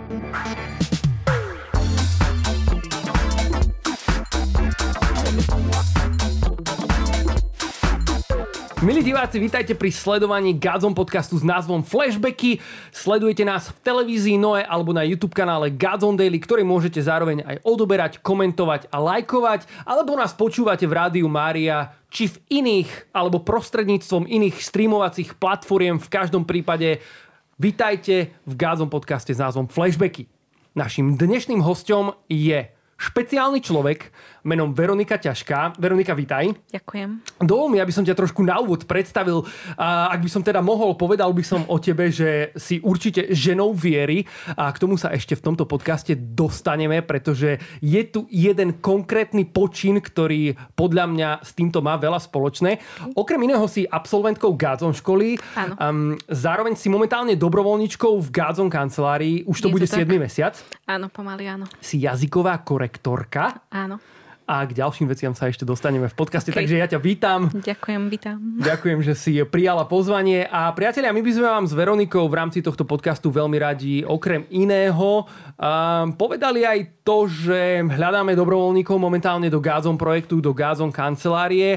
Milí diváci, vítajte pri sledovaní Godzone podcastu s názvom Flashbacky. Sledujete nás v televízii Noe alebo na YouTube kanále Godzone Daily, ktorý môžete zároveň aj odoberať, komentovať a lajkovať, alebo nás počúvate v Rádiu Mária, či v iných, alebo prostredníctvom iných streamovacích platform. V každom prípade vítajte v Godzone podcaste s názvom Flashbacky. Naším dnešným hosťom je špeciálny človek menom Veronika Ťažká. Veronika, vítaj. Ďakujem. Dovol mi, aby som ťa trošku na úvod predstavil. Ak by som teda mohol, povedal by som o tebe, že si určite ženou viery a k tomu sa ešte v tomto podcaste dostaneme, pretože je tu jeden konkrétny počin, ktorý podľa mňa s týmto má veľa spoločné. Okrem iného si absolventkou Godzone školy. Áno. Zároveň si momentálne dobrovoľničkou v Godzone kancelárii. Už to bude 7. mesiac. Áno, pomaly áno. Si jazyková korektorka. Áno. A k ďalším veciam sa ešte dostaneme v podcaste, Okay. takže ja ťa vítam. Ďakujem, vítam. Ďakujem, že si prijala pozvanie. A priatelia, my by sme vám s Veronikou v rámci tohto podcastu veľmi radi okrem iného povedali aj to, že hľadáme dobrovoľníkov momentálne do Godzone projektu, do Godzone kancelárie.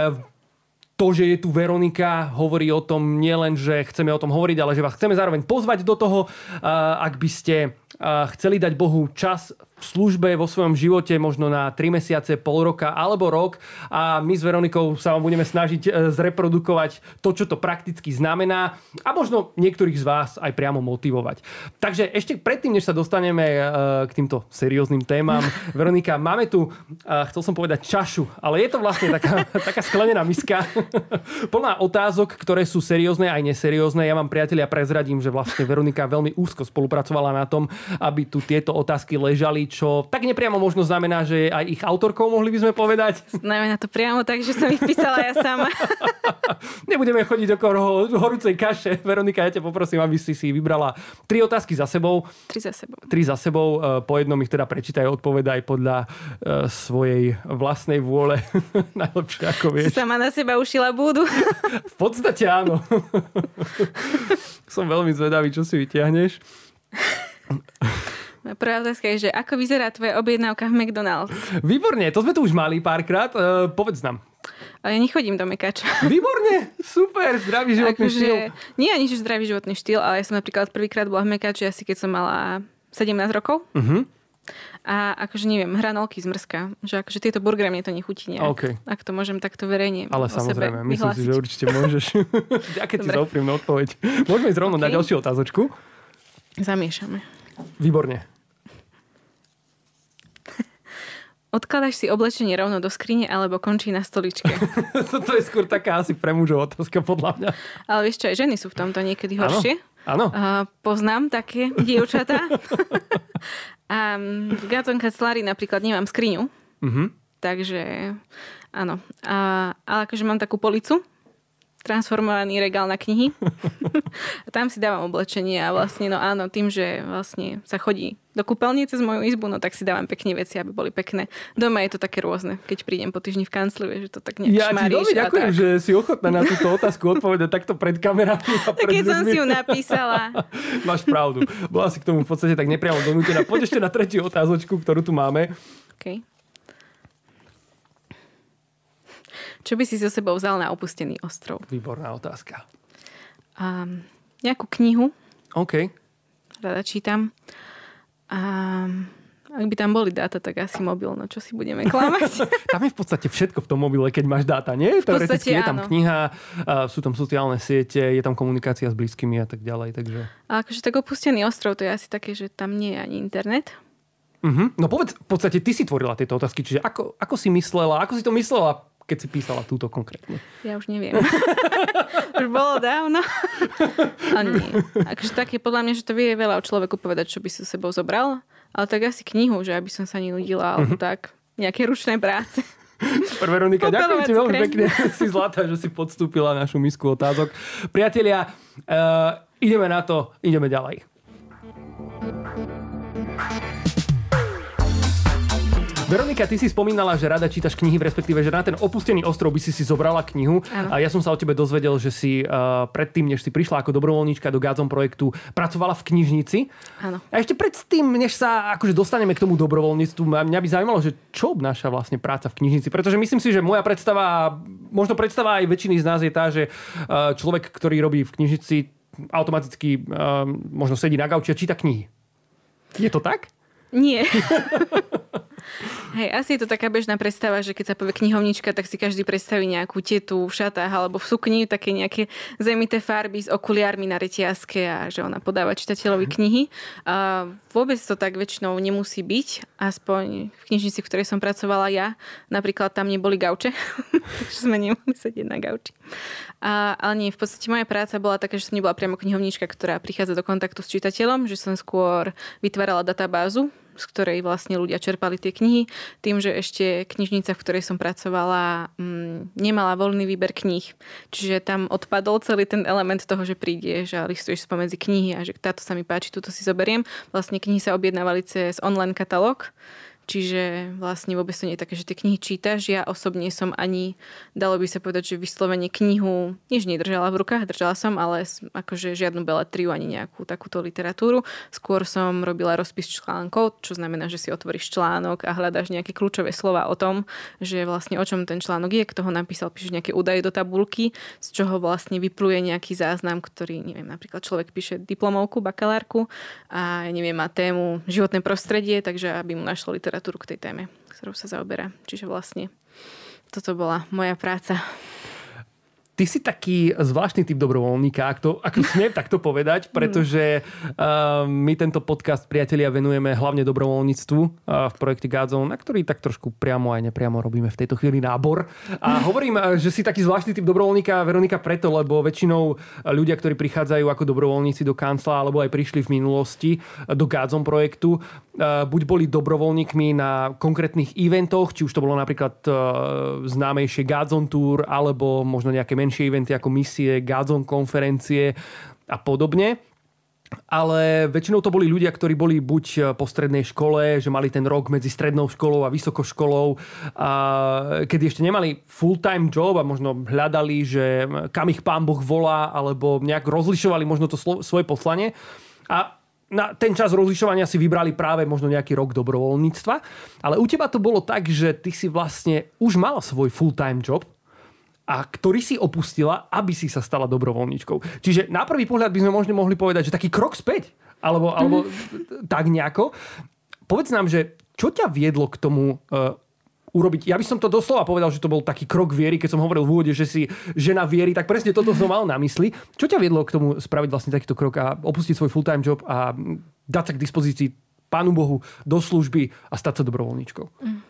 To, že je tu Veronika, hovorí o tom nielen, že chceme o tom hovoriť, ale že vás chceme zároveň pozvať do toho, ak by ste chceli dať Bohu čas v službe vo svojom živote, možno na 3 mesiace, pol roka alebo rok. A my s Veronikou sa vám budeme snažiť zreprodukovať to, čo to prakticky znamená a možno niektorých z vás aj priamo motivovať. Takže ešte predtým, než sa dostaneme k týmto serióznym témam, Veronika, máme tu, chcel som povedať čašu, ale je to vlastne taká sklenená miska plná otázok, ktoré sú seriózne aj neseriózne. Ja vám, priatelia, prezradím, že vlastne Veronika veľmi úzko spolupracovala na tom, aby tu tieto otázky ležali, čo tak nepriamo možno znamená, že je aj ich autorkou, mohli by sme povedať. Znamená to priamo tak, že som ich písala ja sama. Nebudeme chodiť okolo horúcej kaše. Veronika, ja ťa poprosím, aby si vybrala 3 otázky za sebou. 3 za sebou. 3 za sebou. Po jednom ich teda prečítaj a odpovedaj podľa svojej vlastnej vôle. Najlepšie, ako vieš. Sama na seba ušila búdu. V podstate áno. Som veľmi zvedavý, čo si vyťahneš. Prvá otázka je, že ako vyzerá tvoja objednávka v McDonald's? Výborne, to sme tu už mali párkrát. Povedz nám. Ja nechodím do mekača. Výborne, super, zdravý životný štýl. Nie ani že zdravý životný štýl, ale ja som napríklad prvýkrát bola v mekači asi keď som mala 17 rokov. A akože neviem, hranolky z mrska. Že akože tieto burgery mne to nechutí nejak. Okay. Ak to môžem takto verejne ale o sebe samozrejme, myslím si, vyhlásiť. že určite môžeš. Ďakujem ti za úprimnú odpoveď. Môžeme ísť rovno na ďalšiu otázočku. Zamiešame. Výborne. Odkladáš si oblečenie rovno do skrine alebo končí na stoličke? Toto je skôr taká asi pre mužov otázka, podľa mňa. Ale vieš čo, aj ženy sú v tomto niekedy horšie. Áno. Poznám také dievčatá. A v Godzone kancelárii napríklad nemám skriňu. Takže áno. Ale akože mám takú policu, transformovaný regál na knihy. A tam si dávam oblečenie a vlastne, no áno, tým, že vlastne sa chodí do kúpeľne cez moju izbu, no tak si dávam pekne veci, aby boli pekné. Doma je to také rôzne, keď prídem po týždni v kancli, že to tak nejak šmaríš. Ja ti veľmi ďakujem, že si ochotná na túto otázku odpovedať takto pred kamerami a pred keď ľuďmi. som si ju napísala. Máš pravdu. Bola si k tomu v podstate tak nepriamo donútená. Poď ešte na tretiu otázočku, ktorú tu máme. OK. Čo by si so sebou vzal na opustený ostrov? Výborná otázka. Nejakú knihu. OK. Rada čítam. Ak by tam boli dáta, tak asi mobil. No čo si budeme klamať? Tam je v podstate všetko v tom mobile, keď máš dáta, nie? Teoreticky je tam kniha, sú tam sociálne siete, je tam komunikácia s blízkymi a tak ďalej. Takže... A akože tak opustený ostrov, to je asi také, že tam nie je ani internet. No povedz, v podstate ty si tvorila tieto otázky, čiže ako si myslela, ako si to myslela, keď si písala túto konkrétne? Ja už neviem. Už bolo dávno. Ale nie. Akože tak je podľa mňa, že to vie veľa o človeku povedať, čo by si so sebou zobral. Ale tak asi knihu, že aby som sa nenudila, alebo tak nejaké ručné práce. Super, Veronika, ďakujem ti veľmi pekne. Si zlatá, že si podstúpila našu misku otázok. Priatelia, ideme na to, ideme ďalej. Veronika, ty si spomínala, že rada čítaš knihy, respektíve, že na ten opustený ostrov by si zobrala knihu. Ano. A ja som sa o tebe dozvedel, že si predtým, než si prišla ako dobrovoľníčka do Godzone projektu, pracovala v knižnici. Áno. A ešte predtým, než sa akože dostaneme k tomu dobrovoľníctvu, mňa by zaujímalo, že čo obnáša vlastne práca v knižnici. Pretože myslím si, že moja predstava, možno predstava aj väčšiny z nás je tá, že človek, ktorý robí v knižnici, automaticky možno sedí na gauči a číta knihy. Je to tak? Nie. Hej, asi je to taká bežná predstava, že keď sa povie knihovnička, tak si každý predstaví nejakú tetu v šatách alebo v sukni, také nejaké zemité farby s okuliármi na reťazke a že ona podáva čitateľovi knihy. A vôbec to tak väčšinou nemusí byť, aspoň v knižnici, v ktorej som pracovala ja. Napríklad tam neboli gauče, takže sme nemohli sedieť na gauči. Ale nie, v podstate moja práca bola taká, že som nebola priamo knihovnička, ktorá prichádza do kontaktu s čitateľom, že som skôr vytvárala databázu, z ktorej vlastne ľudia čerpali tie knihy. Tým, že ešte knižnica, v ktorej som pracovala, nemala voľný výber kníh. Čiže tam odpadol celý ten element toho, že prídeš a listuješ spomedzi knihy a že táto sa mi páči, túto si zoberiem. Vlastne knihy sa objednávali cez online katalóg. Čiže vlastne vôbec to nie je také, že tie knihy čítaš. Ja osobne som ani, dalo by sa povedať, že vyslovene knihu nič nedržala v rukách, držala som, ale akože žiadnu beletriu ani nejakú takúto literatúru. Skôr som robila rozpis článkov, čo znamená, že si otvoríš článok a hľadáš nejaké kľúčové slova o tom, že vlastne o čom ten článok je, kto ho napísal, píšeš nejaké údaje do tabulky, z čoho vlastne vypluje nejaký záznam, ktorý, neviem, napríklad človek píše diplomovku, bakalárku a neviem, má tému životné prostredie, takže aby mu našlo literatúru k tej téme, ktorou sa zaoberá. Čiže vlastne toto bola moja práca. Ty si taký zvláštny typ dobrovoľníka, ak smiem takto povedať, pretože my tento podcast, priatelia, venujeme hlavne dobrovoľníctvu v projekte Godzone, na ktorý tak trošku priamo aj nepriamo robíme v tejto chvíli nábor. A hovorím, že si taký zvláštny typ dobrovoľníka, Veronika, preto, lebo väčšinou ľudia, ktorí prichádzajú ako dobrovoľníci do kancla, alebo aj prišli v minulosti do Godzone projektu, buď boli dobrovoľníkmi na konkrétnych eventoch, či už to bolo napríklad známejšie Godzone Tour, alebo možno nejaké menšie eventy ako misie, Godzone konferencie a podobne. Ale väčšinou to boli ľudia, ktorí boli buď po strednej škole, že mali ten rok medzi strednou školou a vysokou školou, kedy ešte nemali full-time job a možno hľadali, že kam ich Pán Boh volá, alebo nejak rozlišovali možno to svoje poslanie. A na ten čas rozlišovania si vybrali práve možno nejaký rok dobrovoľníctva. Ale u teba to bolo tak, že ty si vlastne už mal svoj full-time job, a ktorý si opustila, aby si sa stala dobrovoľníčkou. Čiže na prvý pohľad by sme možno mohli povedať, že taký krok späť, alebo tak nejako. Povedz nám, že čo ťa viedlo k tomu urobiť? Ja by som to doslova povedal, že to bol taký krok viery, keď som hovoril v úvode, že si žena viery, tak presne toto som mal na mysli. Čo ťa viedlo k tomu spraviť vlastne takýto krok a opustiť svoj full-time job a dať sa k dispozícii Pánu Bohu do služby a stať sa dobrovoľníčkou?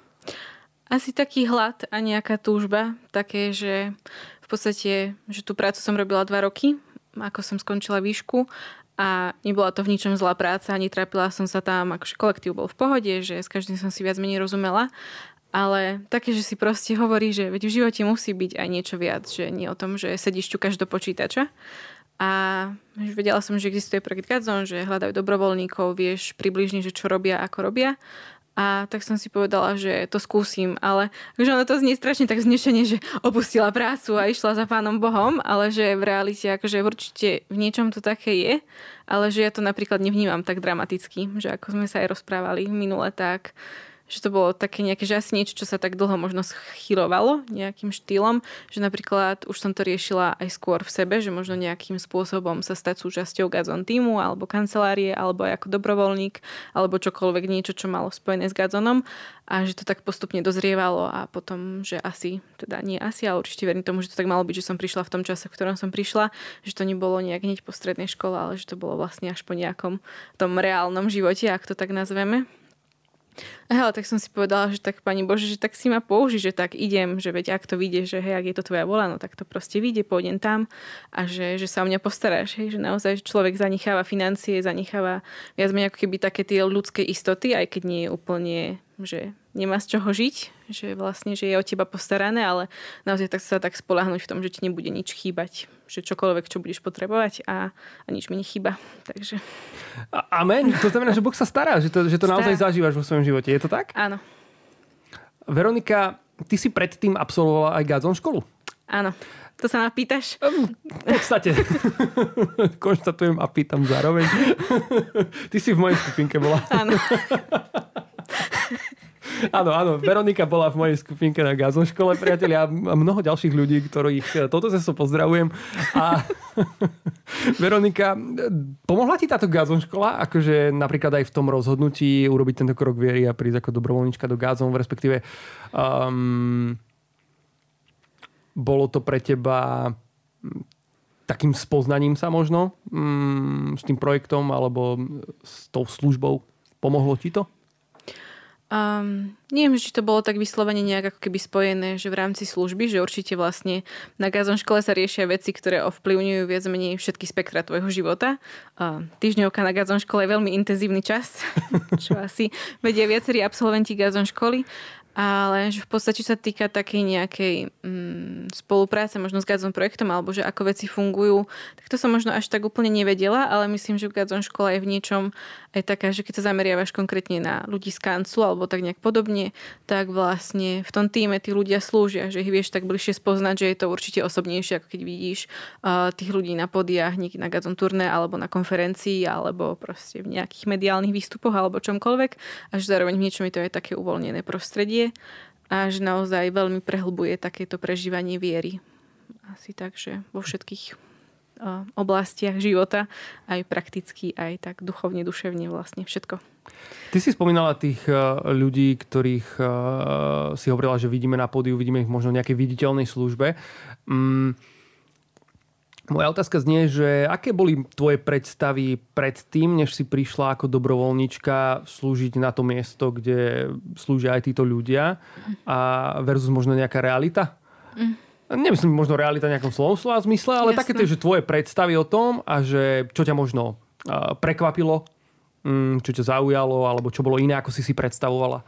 Asi taký hlad a nejaká túžba, také, že v podstate, že tú prácu som robila 2 roky, ako som skončila výšku a nebola to v ničom zlá práca, netrápila som sa tam, akože kolektív bol v pohode, že s každým som si viac menej rozumela, ale také, že si proste hovorí, že veď v živote musí byť aj niečo viac, že nie o tom, že sedíš ťukáš do počítača. A vedela som, že existuje projekt Godzone, že hľadajú dobrovoľníkov, vieš približne, že čo robia, ako robia. A tak som si povedala, že to skúsim, ale že ono to znie strašne tak vznešene, že opustila prácu a išla za Pánom Bohom, ale že v realite akože určite v niečom to také je, ale že ja to napríklad nevnímam tak dramaticky, že ako sme sa aj rozprávali minule, tak že to bolo také nejaké, že asi niečo, čo sa tak dlho možno schylovalo nejakým štýlom, že napríklad už som to riešila aj skôr v sebe, že možno nejakým spôsobom sa stať súčasťou Godzone týmu alebo kancelárie, alebo aj ako dobrovoľník, alebo čokoľvek niečo, čo malo spojené s Godzonom a že to tak postupne dozrievalo a potom, že asi, teda nie asi, ale určite verím tomu, že to tak malo byť, že som prišla v tom čase, v ktorom som prišla, že to nebolo nejak hneď po strednej škole, ale že to bolo vlastne až po nejakom tom reálnom živote, ak to tak nazveme. Hele, tak som si povedala, že tak Pani Bože, že tak si ma použij, že tak idem, že veď ak to vyjde, že hej, ak je to tvoja voľa, no tak to proste vyjde, pôjdem tam a že sa o mňa postaráš, hej, že naozaj človek zanecháva financie, zanecháva viac menej ako keby také tie ľudské istoty, aj keď nie je úplne, že nemá z čoho žiť, že vlastne, že je o teba postarané, ale naozaj tak sa tak spoľahnúť v tom, že ti nebude nič chýbať, že čokoľvek, čo budeš potrebovať a nič mi nechýba. Takže... Amen. To znamená, že Boh sa stará, že to naozaj zažívaš vo svojom živote. Je to tak? Áno. Veronika, ty si predtým absolvovala aj Godzone školu? Áno. To sa ma pýtaš? V podstate. Konštatujem a pýtam zároveň. Ty si v mojej skupinke bola. Áno. Áno, Veronika bola v mojej skupinke na Godzone škole, priatelia, a mnoho ďalších ľudí, ktorých toto zase pozdravujem. A Veronika, pomohla ti táto Godzone škola? Akože napríklad aj v tom rozhodnutí urobiť tento krok viery a prísť ako dobrovoľníčka do Godzone, respektíve bolo to pre teba takým spoznaním sa možno s tým projektom alebo s tou službou? Pomohlo ti to? Neviem, či to bolo tak vyslovene nejak ako keby spojené, že v rámci služby, že určite vlastne na Godzone škole sa riešia veci, ktoré ovplyvňujú viac menej všetky spektra tvojho života. Týždňovka na Godzone škole je veľmi intenzívny čas, čo asi vedia viacerí absolventi Godzone školy. Ale že v podstate sa týka takej nejakej spolupráce možno s Godzone projektom alebo že ako veci fungujú, tak to som možno až tak úplne nevedela, ale myslím, že Godzone škola je v niečom aj taká, že keď sa zameriavaš konkrétne na ľudí z kanclu alebo tak nejak podobne, tak vlastne v tom týme tí ľudia slúžia, že ich vieš tak bližšie spoznať, že je to určite osobnejšie, ako keď vidíš tých ľudí na podiách, niekedy na Godzone turné alebo na konferencii alebo proste v nejakých mediálnych výstupoch alebo čomkoľvek, a že zároveň v niečom je to aj také uvoľnené prostredie a že naozaj veľmi prehlbuje takéto prežívanie viery. Asi tak, že vo všetkých oblastiach života, aj prakticky, aj tak duchovne, duševne vlastne všetko. Ty si spomínala tých ľudí, ktorých si hovorila, že vidíme na pódiu, vidíme ich možno v nejakej viditeľnej službe. Moja otázka znie, že aké boli tvoje predstavy predtým, než si prišla ako dobrovoľníčka slúžiť na to miesto, kde slúžia aj títo ľudia, a versus možno nejaká realita? Nemyslím možno realita v nejakom slovom slova zmysle, ale také tie, že tvoje predstavy o tom a že čo ťa možno prekvapilo, čo ťa zaujalo, alebo čo bolo iné, ako si predstavovala.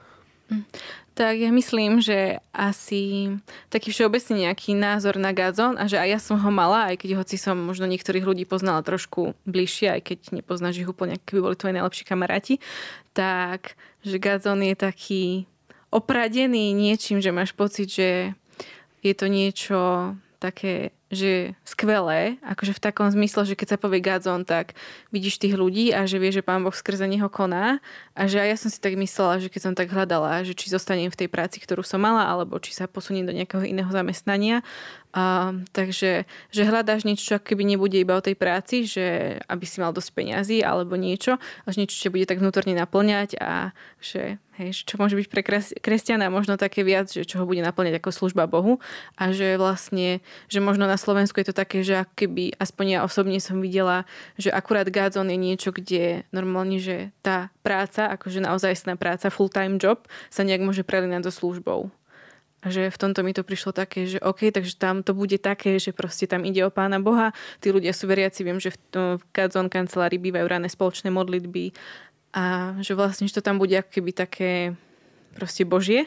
Tak ja myslím, že asi taký všeobecný nejaký názor na Godzone, a že aj ja som ho mala, aj keď hoci som možno niektorých ľudí poznala trošku bližšie, aj keď nepoznáš ich úplne, keby boli tvoji najlepší kamaráti, tak že Godzone je taký opradený niečím, že máš pocit, že je to niečo také, že skvelé, akože v takom zmysle, že keď sa povie Godzone, tak vidíš tých ľudí a že vie, že Pán Boh skrze neho koná, a že aj ja som si tak myslela, že keď som tak hľadala, že či zostanem v tej práci, ktorú som mala, alebo či sa posuniem do nejakého iného zamestnania. Takže že hľadáš niečo, čo keby nebude iba o tej práci, že aby si mal dosť peňazí alebo niečo, až niečo, čo bude tak vnútorne naplňať, a že hej, čo môže byť pre kresťana možno také viac, že čo ho bude naplňať ako služba Bohu, a že vlastne, že možno na Slovensku je to také, že keby, aspoň ja osobne som videla, že akurát Godzone je niečo, kde normálne, že tá práca, akože naozajstná práca, full-time job, sa nejak môže prelinať so službou. A že v tomto mi to prišlo také, že OK, takže tam to bude také, že proste tam ide o Pána Boha. Tí ľudia sú veriaci, viem, že v Godzone kancelárii bývajú rané spoločné modlitby, a že vlastne, že to tam bude ako keby také proste Božie,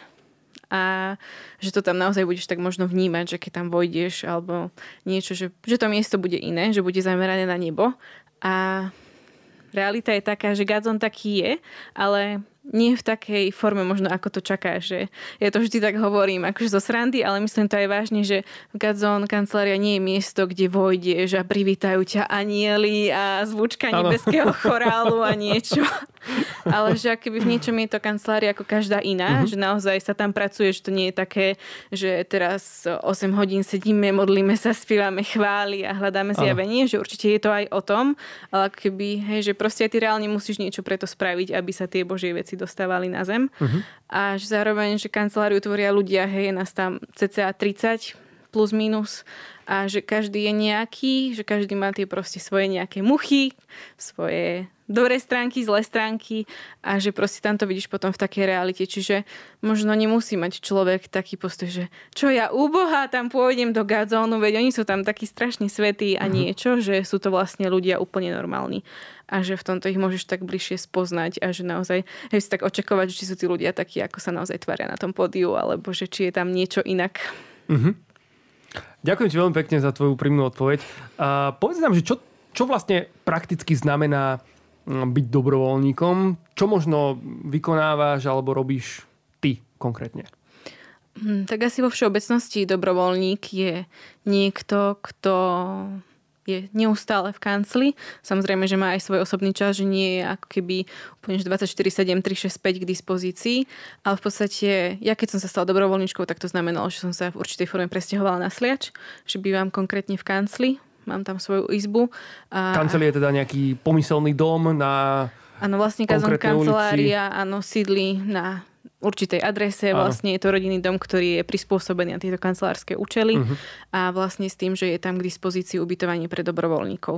a že to tam naozaj budeš tak možno vnímať, že keď tam vojdeš alebo niečo, že to miesto bude iné, že bude zamerané na nebo. A realita je taká, že Godzone taký je, ale nie v takej forme možno, ako to čakáš. Že ja to vždy tak hovorím, akože zo srandy, ale myslím to aj vážne, že Godzone kancelária nie je miesto, kde vojdeš a privítajú ťa anjeli a zvučka nebeského chorálu a niečo. Ale že akoby v niečom je to kancelária ako každá iná, že naozaj sa tam pracuje, že to nie je také, že teraz 8 hodín sedíme, modlíme sa, spievame chvály a hľadáme zjavenie, že určite je to aj o tom, ale akoby, hej, že proste aj ty reálne musíš niečo preto spraviť, aby sa tie Božie veci dostávali na zem. A že zároveň, že kanceláriu tvoria ľudia, hej, nás tam cca 30 plus minus, a že každý je nejaký, že každý má tie proste svoje nejaké muchy, svoje dobré stránky, zlé stránky, a že proste tam to vidíš potom v takej realite. Čiže možno nemusí mať človek taký postoj, že čo ja úboha, tam pôjdem do Godzone, veď oni sú tam takí strašne svätí a niečo, že sú to vlastne ľudia úplne normálni. A že v tomto ich môžeš tak bližšie spoznať, a že naozaj si tak očakovať, či sú tí ľudia takí, ako sa naozaj tvária na tom pódiu, alebo že či je tam niečo inak. Ďakujem ti veľmi pekne za tvoju úprimnú odpoveď. Povedz nám, že čo vlastne prakticky znamená byť dobrovoľníkom? Čo možno vykonávaš alebo robíš ty konkrétne? Tak asi vo všeobecnosti dobrovoľník je niekto, kto je neustále v kancli. Samozrejme, že má aj svoj osobný čas, že nie je ako keby úplne 24/7, 365 k dispozícii. Ale v podstate, ja keď som sa stala dobrovoľníčkou, tak to znamenalo, že som sa v určitej forme presťahovala na Sliač, že bývam konkrétne v kancli, mám tam svoju izbu. Kancel je teda nejaký pomyselný dom na áno, vlastne kancelária, áno, sídli na určitej adrese. Vlastne je to rodinný dom, ktorý je prispôsobený na tieto kancelárske účely a vlastne s tým, že je tam k dispozícii ubytovanie pre dobrovoľníkov.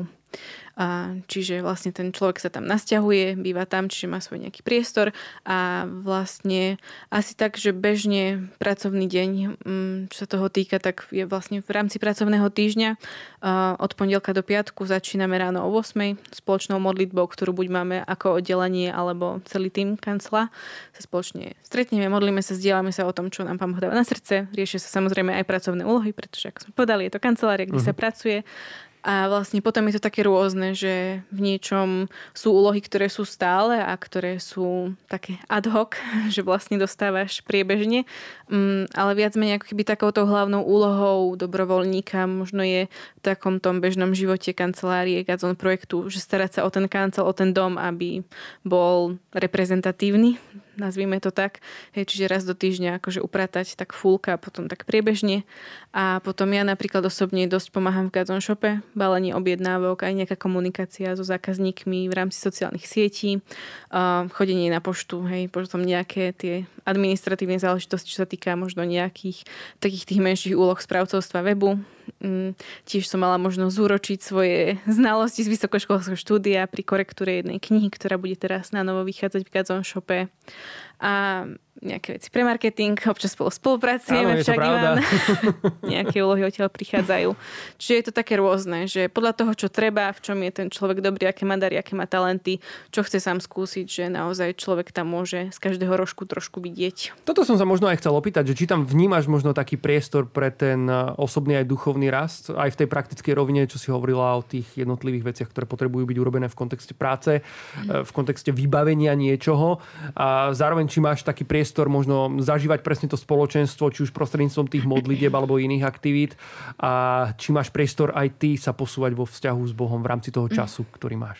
Čiže vlastne ten človek sa tam nasťahuje, býva tam, čiže má svoj nejaký priestor a vlastne asi tak, že bežne pracovný deň, čo sa toho týka, tak je vlastne v rámci pracovného týždňa od pondelka do piatku začíname ráno o 8:00 spoločnou modlitbou, ktorú buď máme ako oddelenie alebo celý tým kancla. Sa spoločne stretneme, modlíme sa, zdieľame sa o tom, čo nám Pán Boh dáva na srdce. Riešia sa samozrejme aj pracovné úlohy, pretože ako sme povedali, je to kancelária, kde sa pracuje. A vlastne potom je to také rôzne, že v niečom sú úlohy, ktoré sú stále a ktoré sú také ad hoc, že vlastne dostávaš priebežne. Ale viac menej ako keby takouto hlavnou úlohou dobrovoľníka možno je v takom tom bežnom živote kancelárie Gazon projektu, že starať sa o ten kancel, o ten dom, aby bol reprezentatívny, nazvime to tak. Čiže raz do týždňa akože upratať tak fullka a potom tak priebežne. A potom ja napríklad osobne dosť pomáham v Gazon shope, balenie objednávok, aj nejaká komunikácia so zákazníkmi v rámci sociálnych sietí, chodenie na poštu, potom nejaké tie administratívne záležitosti, čo sa týka možno nejakých takých tých menších úloh správcovstva webu. Tiež som mala možnosť zúročiť svoje znalosti z vysokoškolského štúdia pri korektúre jednej knihy, ktorá bude teraz na novo vychádzať v Gazon shope. A nejaké veci pre marketing, občas spolupracujeme, však Ivan. Nejaké úlohy odtiaľ prichádzajú. Čiže je to také rôzne, že podľa toho, čo treba, v čom je ten človek dobrý, aké má dary, aké má talenty, čo chce sám skúsiť, že naozaj človek tam môže z každého rožku trošku vidieť. Toto som sa možno aj chcel opýtať, že či tam vnímaš možno taký priestor pre ten osobný aj duchovný rast, aj v tej praktickej rovine, čo si hovorila o tých jednotlivých veciach, ktoré potrebujú byť urobené v kontexte práce, v kontexte vybavenia niečoho a zároveň či máš taký priestor možno zažívať presne to spoločenstvo, či už prostredníctvom tých modlitieb alebo iných aktivít a či máš priestor aj ty sa posúvať vo vzťahu s Bohom v rámci toho času, ktorý máš.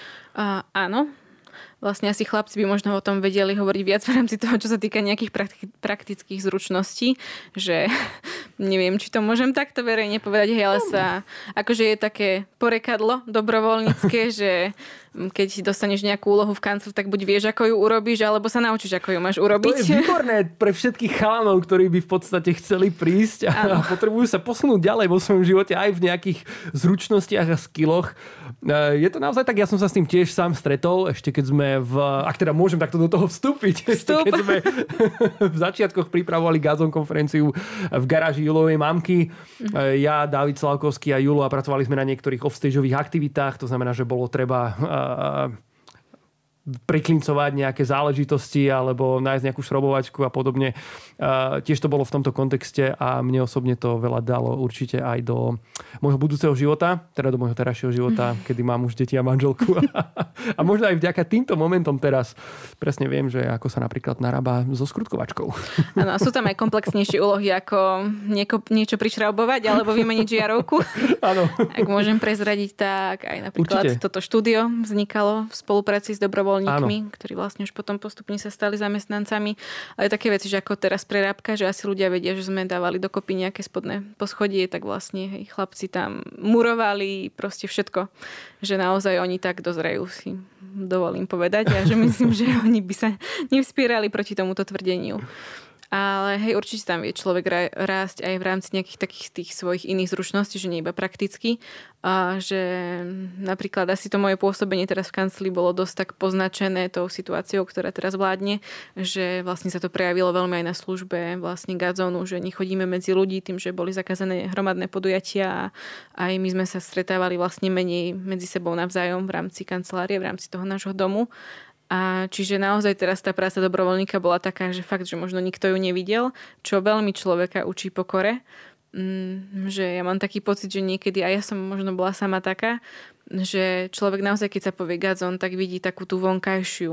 Áno. Vlastne asi chlapci by možno o tom vedeli hovoriť viac v rámci toho, čo sa týka nejakých praktických zručností, že neviem, či to môžem takto verejne povedať, ale sa akože je také porekadlo dobrovoľnícke, že keď dostaneš nejakú úlohu v kanclu, tak buď vieš, ako ju urobíš, alebo sa naučíš, ako ju máš urobiť. To je výborné pre všetkých chalanov, ktorí by v podstate chceli prísť a potrebujú sa posunúť ďalej vo svojom živote aj v nejakých zručnostiach a skilloch. Je to naozaj tak, ja som sa s tým tiež sám stretol, ešte keď sme ak teda môžem takto do toho vstúpiť, keď sme v začiatkoch pripravovali Gazon konferenciu v garáži Julovej mamky. Ja, Dávid Slavkovský a Julo a pracovali sme na niektorých offstageových aktivitách, to znamená, že bolo treba priklincovať nejaké záležitosti alebo nájsť nejakú šrobovačku a podobne. Tiež to bolo v tomto kontexte a mne osobne to veľa dalo určite aj do môjho budúceho života, teda do môjho terajšieho života, kedy mám už deti a manželku. A možno aj vďaka týmto momentom teraz presne viem, že ako sa napríklad narába so skrutkovačkou. Áno, sú tam aj komplexnejšie úlohy, ako niečo prišraubovať alebo vymeniť žiarovku. Áno. Ak môžem prezradiť, tak aj napríklad toto štúdio vznikalo v spolupráci s dobrovoľníkmi, ktorí vlastne už potom postupne sa stali zamestnancami. Ale také veci, že ako teraz prerábka, že asi ľudia vedia, že sme dávali dokopy nejaké spodné poschodie, tak vlastne chlapci tam murovali, proste všetko. Že naozaj oni tak dozrejú, si dovolím povedať, a že myslím, že oni by sa nevspierali proti tomuto tvrdeniu. Ale určite tam vie človek rásť aj v rámci nejakých takých tých svojich iných zručností, že nie iba prakticky. A že napríklad asi to moje pôsobenie teraz v kancli bolo dosť tak poznačené tou situáciou, ktorá teraz vládne, že vlastne sa to prejavilo veľmi aj na službe vlastne Gazonu, že nechodíme medzi ľudí tým, že boli zakázané hromadné podujatia a aj my sme sa stretávali vlastne menej medzi sebou navzájom v rámci kancelárie, v rámci toho nášho domu. A čiže naozaj teraz tá práca dobrovoľníka bola taká, že fakt, že možno nikto ju nevidel, čo veľmi človeka učí pokore. Že ja mám taký pocit, že niekedy, a ja som možno bola sama taká, že človek naozaj, keď sa povie Gazon, tak vidí takú tú vonkajšiu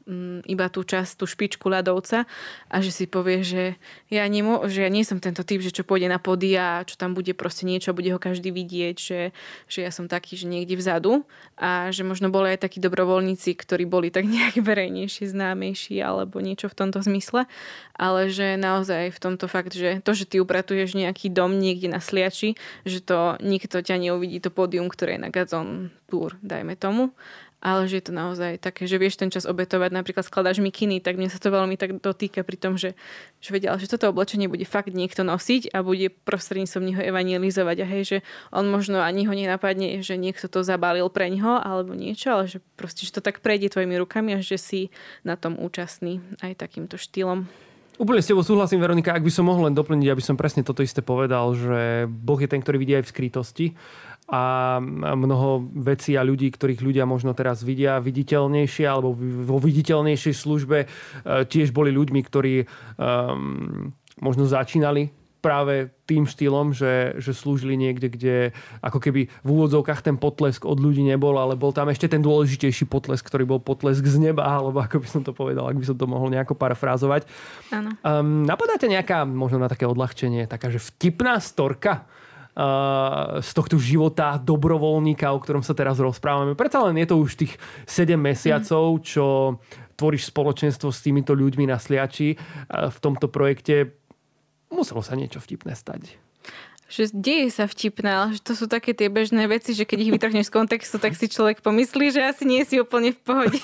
iba tú časť, tú špičku ľadovca a že si povie, že ja nie som tento typ, že čo pôjde na podia, čo tam bude proste niečo, bude ho každý vidieť, že ja som taký, že niekde vzadu a že možno boli aj takí dobrovoľníci, ktorí boli tak nejak verejnejší, známejší alebo niečo v tomto zmysle, ale že naozaj v tomto fakt, že to, že ty upratuješ nejaký dom niekde na Sliači, že to nikto ťa neuvidí, to pódium, ktoré je na Gazon Tour, dajme tomu. Ale že je to naozaj také, že vieš ten čas obetovať, napríklad skladáš mikiny, tak mne sa to veľmi tak dotýka pri tom, že vedela, že toto oblečenie bude fakt niekto nosiť a bude prostredníctvom neho evangelizovať a hej, že on možno ani ho nenapadne, že niekto to zabalil pre ňoho alebo niečo, ale že proste, že to tak prejde tvojimi rukami a že si na tom účastný aj takýmto štýlom. Úplne s tebou súhlasím, Veronika, ak by som mohol len doplniť, aby som presne toto isté povedal, že Boh je ten, ktorý vidí aj v skrytosti a mnoho vecí a ľudí, ktorých ľudia možno teraz vidia viditeľnejšie alebo vo viditeľnejšej službe, tiež boli ľuďmi, ktorí možno začínali práve tým štýlom, že slúžili niekde, kde ako keby v úvodzovkách ten potlesk od ľudí nebol, ale bol tam ešte ten dôležitejší potlesk, ktorý bol potlesk z neba, alebo ako by som to povedal, ak by som to mohol nejako parafrázovať. Áno. Napadá ťa nejaká, možno na také odľahčenie, taká, že vtipná storka z tohto života dobrovoľníka, o ktorom sa teraz rozprávame? Predsa len je to už tých 7 mesiacov, čo tvoríš spoločenstvo s týmito ľuďmi na Sliači v tomto projekte. Muselo sa niečo vtipné stať. Že deje sa vtipné, ale že to sú také tie bežné veci, že keď ich vytrhneš z kontextu, tak si človek pomyslí, že asi nie si úplne v pohode.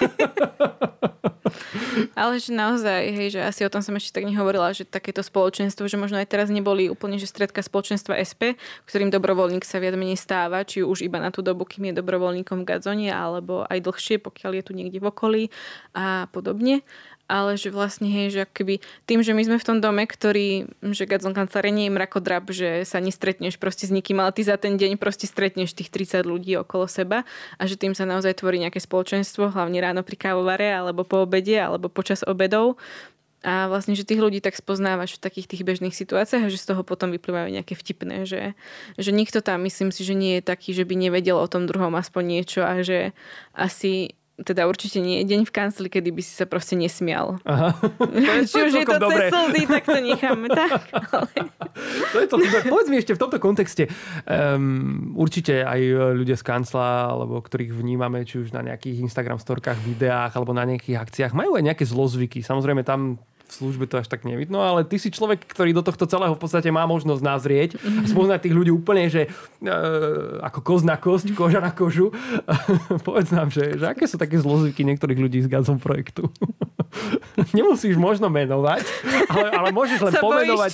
Ale že naozaj, hej, že asi o tom som ešte tak nehovorila, že takéto spoločenstvo, že možno aj teraz neboli úplne, že stredka spoločenstva SP, ktorým dobrovoľník sa viac menej stáva, či už iba na tú dobu, kým je dobrovoľníkom v Gazone, alebo aj dlhšie, pokiaľ je tu niekde v okolí a podobne. Ale že vlastne, hej, že akoby tým, že my sme v tom dome, ktorý, že Gazon kancelárie nie je mrakodrap, že sa nestretneš proste s nikým, ale ty za ten deň proste stretneš tých 30 ľudí okolo seba a že tým sa naozaj tvorí nejaké spoločenstvo, hlavne ráno pri kávovare, alebo po obede, alebo počas obedov. A vlastne, že tých ľudí tak spoznávaš v takých tých bežných situáciách a že z toho potom vyplývajú nejaké vtipné, že nikto tam, myslím si, že nie je taký, že by nevedel o tom druhom aspoň niečo a že asi teda určite nie je deň v kancli, kedy by si sa proste nesmial. Aha. Či už je to cez slzy, tak to necháme. Tak, ale... Povedz mi ešte v tomto kontexte. Určite aj ľudia z kancla, alebo ktorých vnímame, či už na nejakých Instagram storkách, videách, alebo na nejakých akciách, majú aj nejaké zlozvyky. Samozrejme tam v službe to až tak nevidno, ale ty si človek, ktorý do tohto celého v podstate má možnosť nazrieť a spoznať tých ľudí úplne, že ako kost na kosť, koža na kožu. Povedz nám, že aké sú také zlozvyky niektorých ľudí z Gazon projektu. Nemusíš možno menovať, ale môžeš len pomenovať.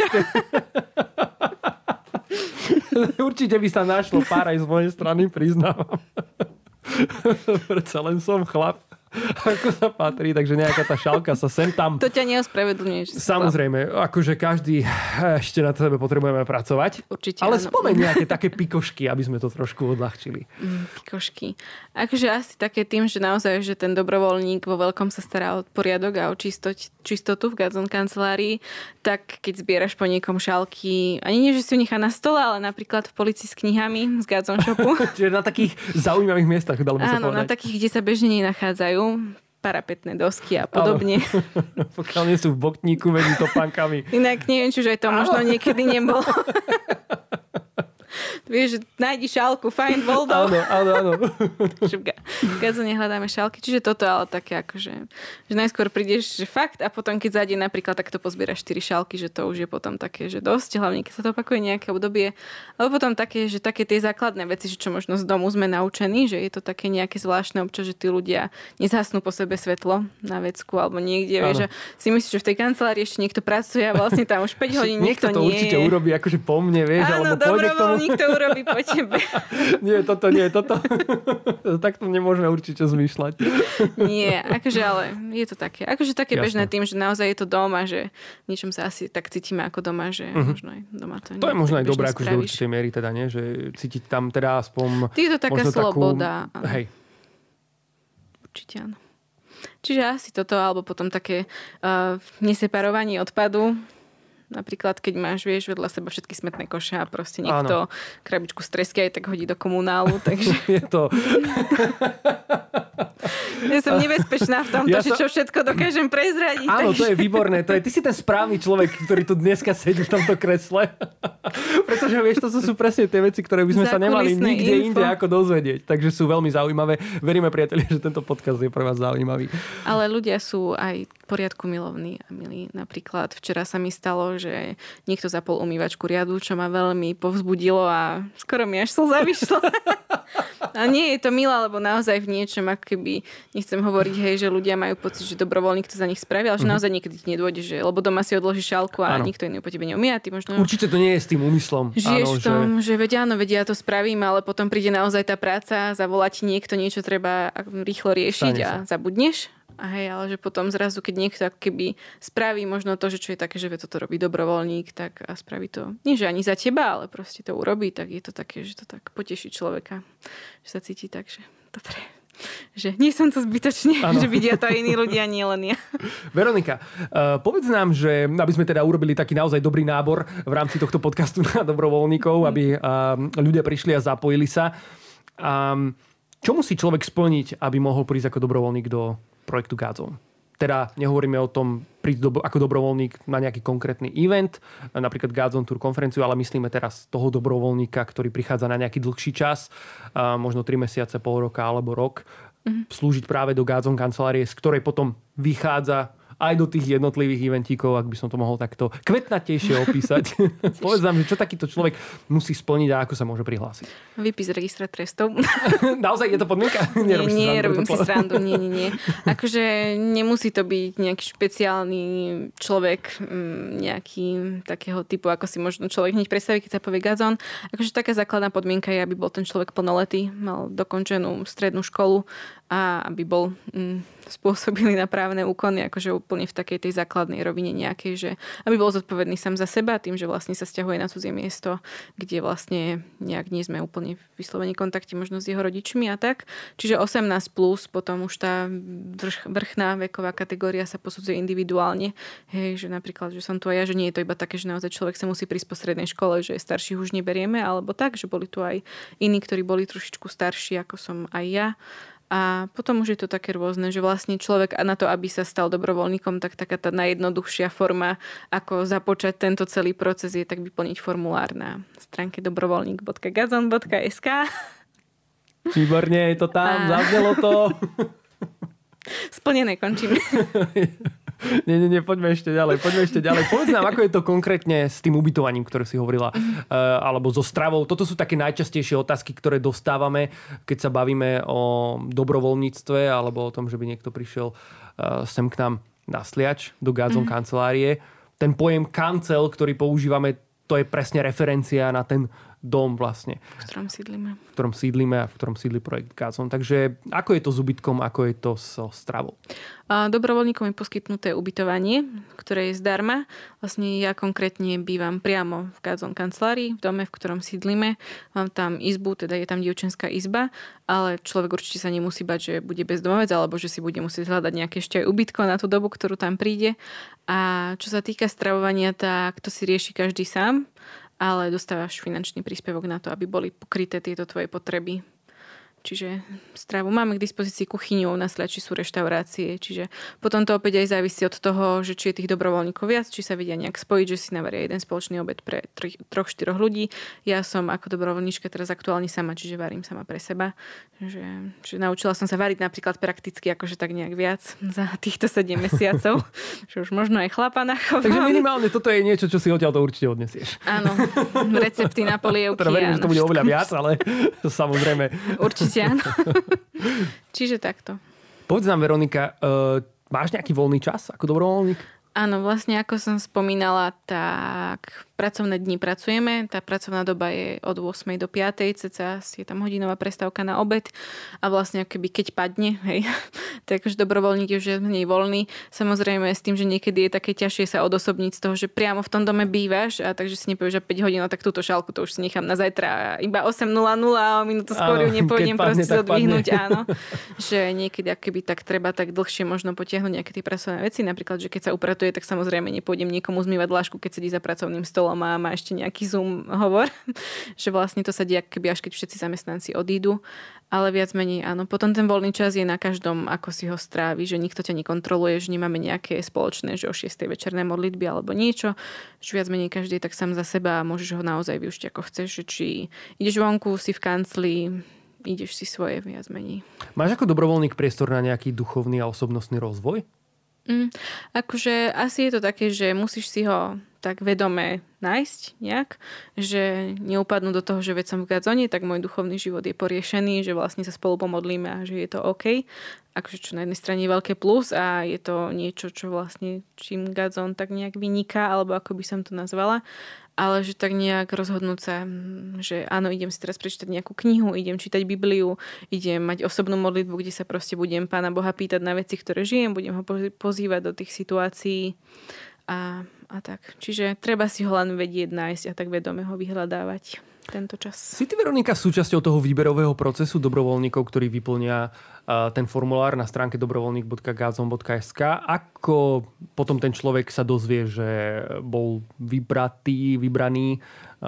Určite by sa našlo pár aj z mojej strany, priznávam. Predsa len som chlap. Ako sa patrí, takže nejaká tá šálka sa sem tam... To ťa neospravedlňuje. Samozrejme, akože každý ešte na sebe potrebujeme pracovať. Určite, ale áno. spomeň nejaké také pikošky, aby sme to trošku odľahčili. Pikošky. Akože asi také tým, že naozaj, že ten dobrovoľník vo veľkom sa stará o poriadok a o čistotu v Gazon kancelárii, tak keď zbieraš po niekom šálky, ani nie, že si ju nechá na stole, ale napríklad v polici s knihami z Gazon shopu. Čiže na takých zaujímavých miestach, dalo by sa povedať. Áno, na takých, kde sa bežne nenachádzajú. Parapetné dosky a podobne. Pokiaľ nie sú v bokníku medzi topánkami. Inak neviem, či už aj to možno niekedy nebolo. Vieš, že nájdi šálku, find Voldov. Áno. V Gazone hľadáme šálky, čiže toto, ale také akože, že najskôr prídeš, že fakt, a potom keď zájde napríklad takto pozbieraš 4 šálky, že to už je potom také, že dosť, hlavne keď sa to opakuje nejaké obdobie, alebo potom také, že také tie základné veci, že čo možno z domu sme naučení, že je to také nejaké zvláštne občas, že tí ľudia nezhasnú po sebe svetlo na vecku alebo niekde, vieš, že si myslíš, že v tej kancelárii ešte niekto pracuje a vlastne tam už 5 hodín nikto nie je. Niekto to určite urobí akože po mne, vieš, áno, alebo pôjde k tomu. Nikto urobí po tebe. Nie, toto. Takto nemôžeme určite zmýšľať. Nie, akože ale je to také. Akože také bežné tým, že naozaj je to doma, že v niečom sa asi tak cítime ako doma, že možno aj doma to nie. To je možno aj dobré, akože do určitej miery teda, nie? Že cítiť tam teda aspoň... Je to taká sloboda. Takú... Hej. Určite áno. Čiže asi toto, alebo potom také neseparovanie odpadu. Napríklad, keď máš, vieš, vedľa seba všetky smetné koše a proste niekto krabičku z tresky aj tak hodí do komunálu, takže... Je to... Ja som nebezpečná v tomto, že čo všetko dokážem prezradiť. Áno, to je výborné. Ty si ten správny človek, ktorý tu dneska sedí v tomto kresle. Pretože vieš, to sú presne tie veci, ktoré by sme sa nemali nikde inde ako dozvedieť. Takže sú veľmi zaujímavé. Veríme, priatelia, že tento podcast je pre vás zaujímavý. Ale ľudia sú aj v poriadku milovní a milí. Napríklad včera sa mi stalo, že niekto zapol umývačku riadu, čo ma veľmi povzbudilo a skoro mi až slza vyšla. A nie je to milé, lebo naozaj v niečom, ako keby, nechcem hovoriť, hej, že ľudia majú pocit, že dobrovoľník to za nich spravil, ale že naozaj niekedy ti nedôjde, že, lebo doma si odložíš šálku a nikto iný po tebe neumie a ty možno... Určite to nie je s tým úmyslom. Žiješ v tom, že vedia, áno, vedia, ja to spravím, ale potom príde naozaj tá práca, zavolá ti niekto, niečo treba rýchlo riešiť a zabudneš. A hej, ale že potom zrazu, keď niekto ako keby spraví možno to, že čo je také, že toto robí dobrovoľník, tak a spraví to, nie že ani za teba, ale proste to urobí, tak je to také, že to tak poteší človeka, že sa cíti tak, že dobre, že nie som to zbytočne, ano. Že vidia to aj iní ľudia, nie len ja. Veronika, povedz nám, že aby sme teda urobili taký naozaj dobrý nábor v rámci tohto podcastu na dobrovoľníkov, aby ľudia prišli a zapojili sa. Čo musí človek splniť, aby mohol prísť ako dobrovoľník do projektu Godzone? Teda nehovoríme o tom prísť ako dobrovoľník na nejaký konkrétny event, napríklad Godzone Tour konferenciu, ale myslíme teraz toho dobrovoľníka, ktorý prichádza na nejaký dlhší čas, možno 3 mesiace, pol roka alebo rok, slúžiť práve do Godzone kancelárie, z ktorej potom vychádza aj do tých jednotlivých eventíkov, ak by som to mohol takto kvetnatejšie opísať. Povedz nám, čo takýto človek musí splniť a ako sa môže prihlásiť. Výpis registra trestov. Naozaj je to podmienka? Nie, robím si srandu. Nie. Akože nemusí to byť nejaký špeciálny človek, nejaký takého typu, ako si možno človek hneď predstaví, keď sa povie Godzone. Akože taká základná podmienka je, aby bol ten človek plnoletý, mal dokončenú strednú školu a aby bol spôsobili na právne úkony, akože úplne v takej tej základnej rovine nejakej, že aby bol zodpovedný sám za seba tým, že vlastne sa sťahuje na cudzie miesto, kde vlastne nejak nie sme úplne v vyslovení kontakte možno s jeho rodičmi a tak. Čiže 18+, potom už tá vrchná veková kategória sa posudzuje individuálne. Hej, že napríklad, že som tu aj ja, že nie je to iba také, že naozaj človek sa musí prísť po strednej škole, že starších už neberieme, alebo tak, že boli tu aj iní, ktorí boli trošičku starší, ako som aj ja. A potom už je to také rôzne, že vlastne človek na to, aby sa stal dobrovoľníkom, tak taká tá najjednoduchšia forma, ako započať tento celý proces, je tak vyplniť formulár na stránke dobrovoľník.godzone.sk. Výborne, je to tam, zaznelo to. Splnené, končíme. Nie, poďme ešte ďalej. Povedz nám, ako je to konkrétne s tým ubytovaním, ktoré si hovorila, alebo so stravou. Toto sú také najčastejšie otázky, ktoré dostávame, keď sa bavíme o dobrovoľníctve, alebo o tom, že by niekto prišiel sem k nám na sliač do Godzone kancelárie. Ten pojem kancel, ktorý používame, to je presne referencia na ten dom vlastne. V ktorom sídlime a v ktorom sídli projekt Godzone. Takže ako je to s ubytkom, ako je to so stravou? Dobrovoľníkom je poskytnuté ubytovanie, ktoré je zdarma. Vlastne ja konkrétne bývam priamo v Godzone kancelárii, v dome, v ktorom sídlime. Mám tam izbu, teda je tam dievčenská izba, ale človek určite sa nemusí bať, že bude bezdomovec, alebo že si bude musieť hľadať nejaké ešte aj ubytko na tú dobu, ktorú tam príde. A čo sa týka stravovania, tak to si rieši každý sám, ale dostávaš finančný príspevok na to, aby boli pokryté tieto tvoje potreby. Čiže stravu máme k dispozícii kuchyňu, na Sliači sú reštaurácie, čiže potom to opäť aj závisí od toho, že či je tých dobrovoľníkov viac, či sa vedia nejak spojiť, že si navaria jeden spoločný obed pre 3-4 ľudí. Ja som ako dobrovoľníčka teraz aktuálne sama, čiže varím sama pre seba. Že naučila som sa variť napríklad prakticky akože tak nejak viac za týchto 7 mesiacov, že už možno aj chlapa nachovám. Takže minimálne toto je niečo, čo si odtiaľ to určite odnesieš. Áno, recepty na polievky. Teda verím, že to bude oveľa viac, ale samozrejme. Určite áno. Čiže takto. Povedz nám, Veronika, máš nejaký voľný čas ako dobrovoľník? Áno, vlastne ako som spomínala, tak pracovné dni pracujeme. Tá pracovná doba je od 8 do 5, cca je tam hodinová prestávka na obed a vlastne keby keď padne, hej, tak akože dobrovoľník je už menej voľný. Samozrejme s tým, že niekedy je také ťažšie sa odosobniť z toho, že priamo v tom dome bývaš a takže si nepovieš, že 5 hodín, tak túto šálku to už si nechám na zajtra iba 8:00 a o minútu skôr ju nepôjdem proste zodvihnúť, áno. Že niekedy akoby tak treba tak dlhšie možno potiahnuť nejaké tie pracovné veci, napríklad, že keď sa upratuje, tak samozrejme nepôjdem niekomu zmývať dlášku, keď sedí za pracovným stolom a má ešte nejaký Zoom hovor, že vlastne to sa deje akoby až keď všetci zamestnanci odídu. Ale viac menej áno. Potom ten voľný čas je na každom, ako si ho strávi, že nikto ťa nekontroluje, že nemáme nejaké spoločné, že o 6. večerné modlitby alebo niečo. Že viac menej každý tak sám za seba a môžeš ho naozaj využiť ako chceš. Že či ideš vonku, si v kancli, ideš si svoje viac menej. Máš ako dobrovoľník priestor na nejaký duchovný a osobnostný rozvoj? Akože asi je to také, že musíš si ho tak vedome nájsť nejak, že neupadnú do toho, že veď som v Gadzone, tak môj duchovný život je poriešený, že vlastne sa spolu pomodlíme a že je to OK. Akože čo na jednej strane je veľké plus a je to niečo, čo vlastne čím Gadzon tak nejak vyniká, alebo ako by som to nazvala. Ale že tak nejak rozhodnúť sa, že áno, idem si teraz prečítať nejakú knihu, idem čítať Bibliu, idem mať osobnú modlitbu, kde sa proste budem Pána Boha pýtať na veci, ktoré žijem, budem ho pozývať do tých situácií a tak. Čiže treba si ho len vedieť nájsť a tak vedome ho vyhľadávať tento čas. Si ty, Veronika, súčasťou toho výberového procesu dobrovoľníkov, ktorí vyplnia ten formulár na stránke dobrovoľník.gazon.sk. Ako potom ten človek sa dozvie, že bol vybraný,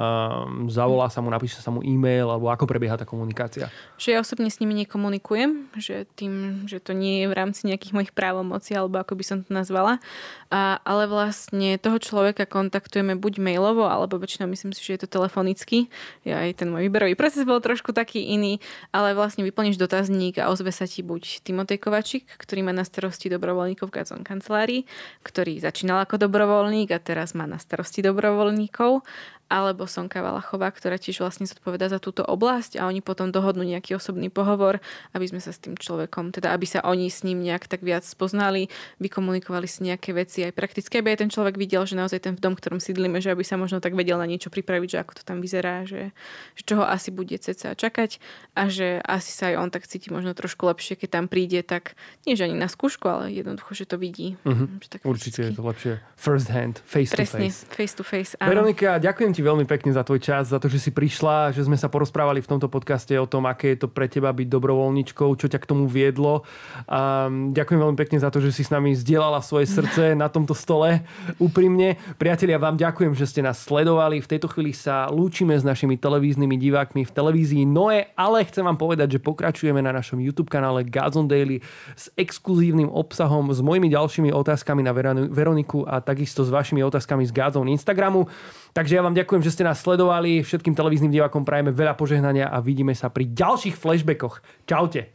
zavolá sa mu, napíše sa mu e-mail, alebo ako prebieha tá komunikácia? Že ja osobne s nimi nekomunikujem, že tým, že to nie je v rámci nejakých mojich právomocí, alebo ako by som to nazvala. Ale vlastne toho človeka kontaktujeme buď mailovo, alebo väčšinou myslím si, že je to telefonicky. Ja aj ten môj výberový proces bol trošku taký iný, ale vlastne vyplníš dotazník a ozve sa ti buď Timotej Kovačík, ktorý má na starosti dobrovoľníkov v Gadzon kancelárii, ktorý začínal ako dobrovoľník a teraz má na starosti dobrovoľníkov, alebo Sonka Valachová, ktorá tiež vlastne zodpovedá za túto oblasť a oni potom dohodnú nejaký osobný pohovor, aby sme sa s tým človekom, teda aby sa oni s ním nejak tak viac spoznali, vykomunikovali si nejaké veci aj prakticky, aby aj ten človek videl, že naozaj ten dom, v ktorom sídlime, že aby sa možno tak vedel na niečo pripraviť, že ako to tam vyzerá, že čo ho asi bude ceca čakať a že asi sa aj on tak cíti možno trošku lepšie, keď tam príde, tak nie že ani na skúšku, ale jednoducho, že to vidí. Že tak určite je to lepšie first hand, face presne, to face. Face to face, áno. Veronika, ďakujem ti veľmi pekne za tvoj čas, za to, že si prišla, že sme sa porozprávali v tomto podcaste o tom, aké je to pre teba byť dobrovoľníčkou, čo ťa k tomu viedlo. Ďakujem veľmi pekne za to, že si s nami zdieľala svoje srdce na tomto stole úprimne. Priatelia, vám ďakujem, že ste nás sledovali. V tejto chvíli sa lúčime s našimi televíznymi divákmi v televízii Noe, ale chcem vám povedať, že pokračujeme na našom YouTube kanále Gadzon Daily s exkluzívnym obsahom, s mojimi ďalšími otázkami na Veroniku a takisto s vašimi otázkami z Gadzon Instagramu. Takže ja vám ďakujem, že ste nás sledovali. Všetkým televíznym divákom prajeme veľa požehnania a vidíme sa pri ďalších flashbackoch. Čaute.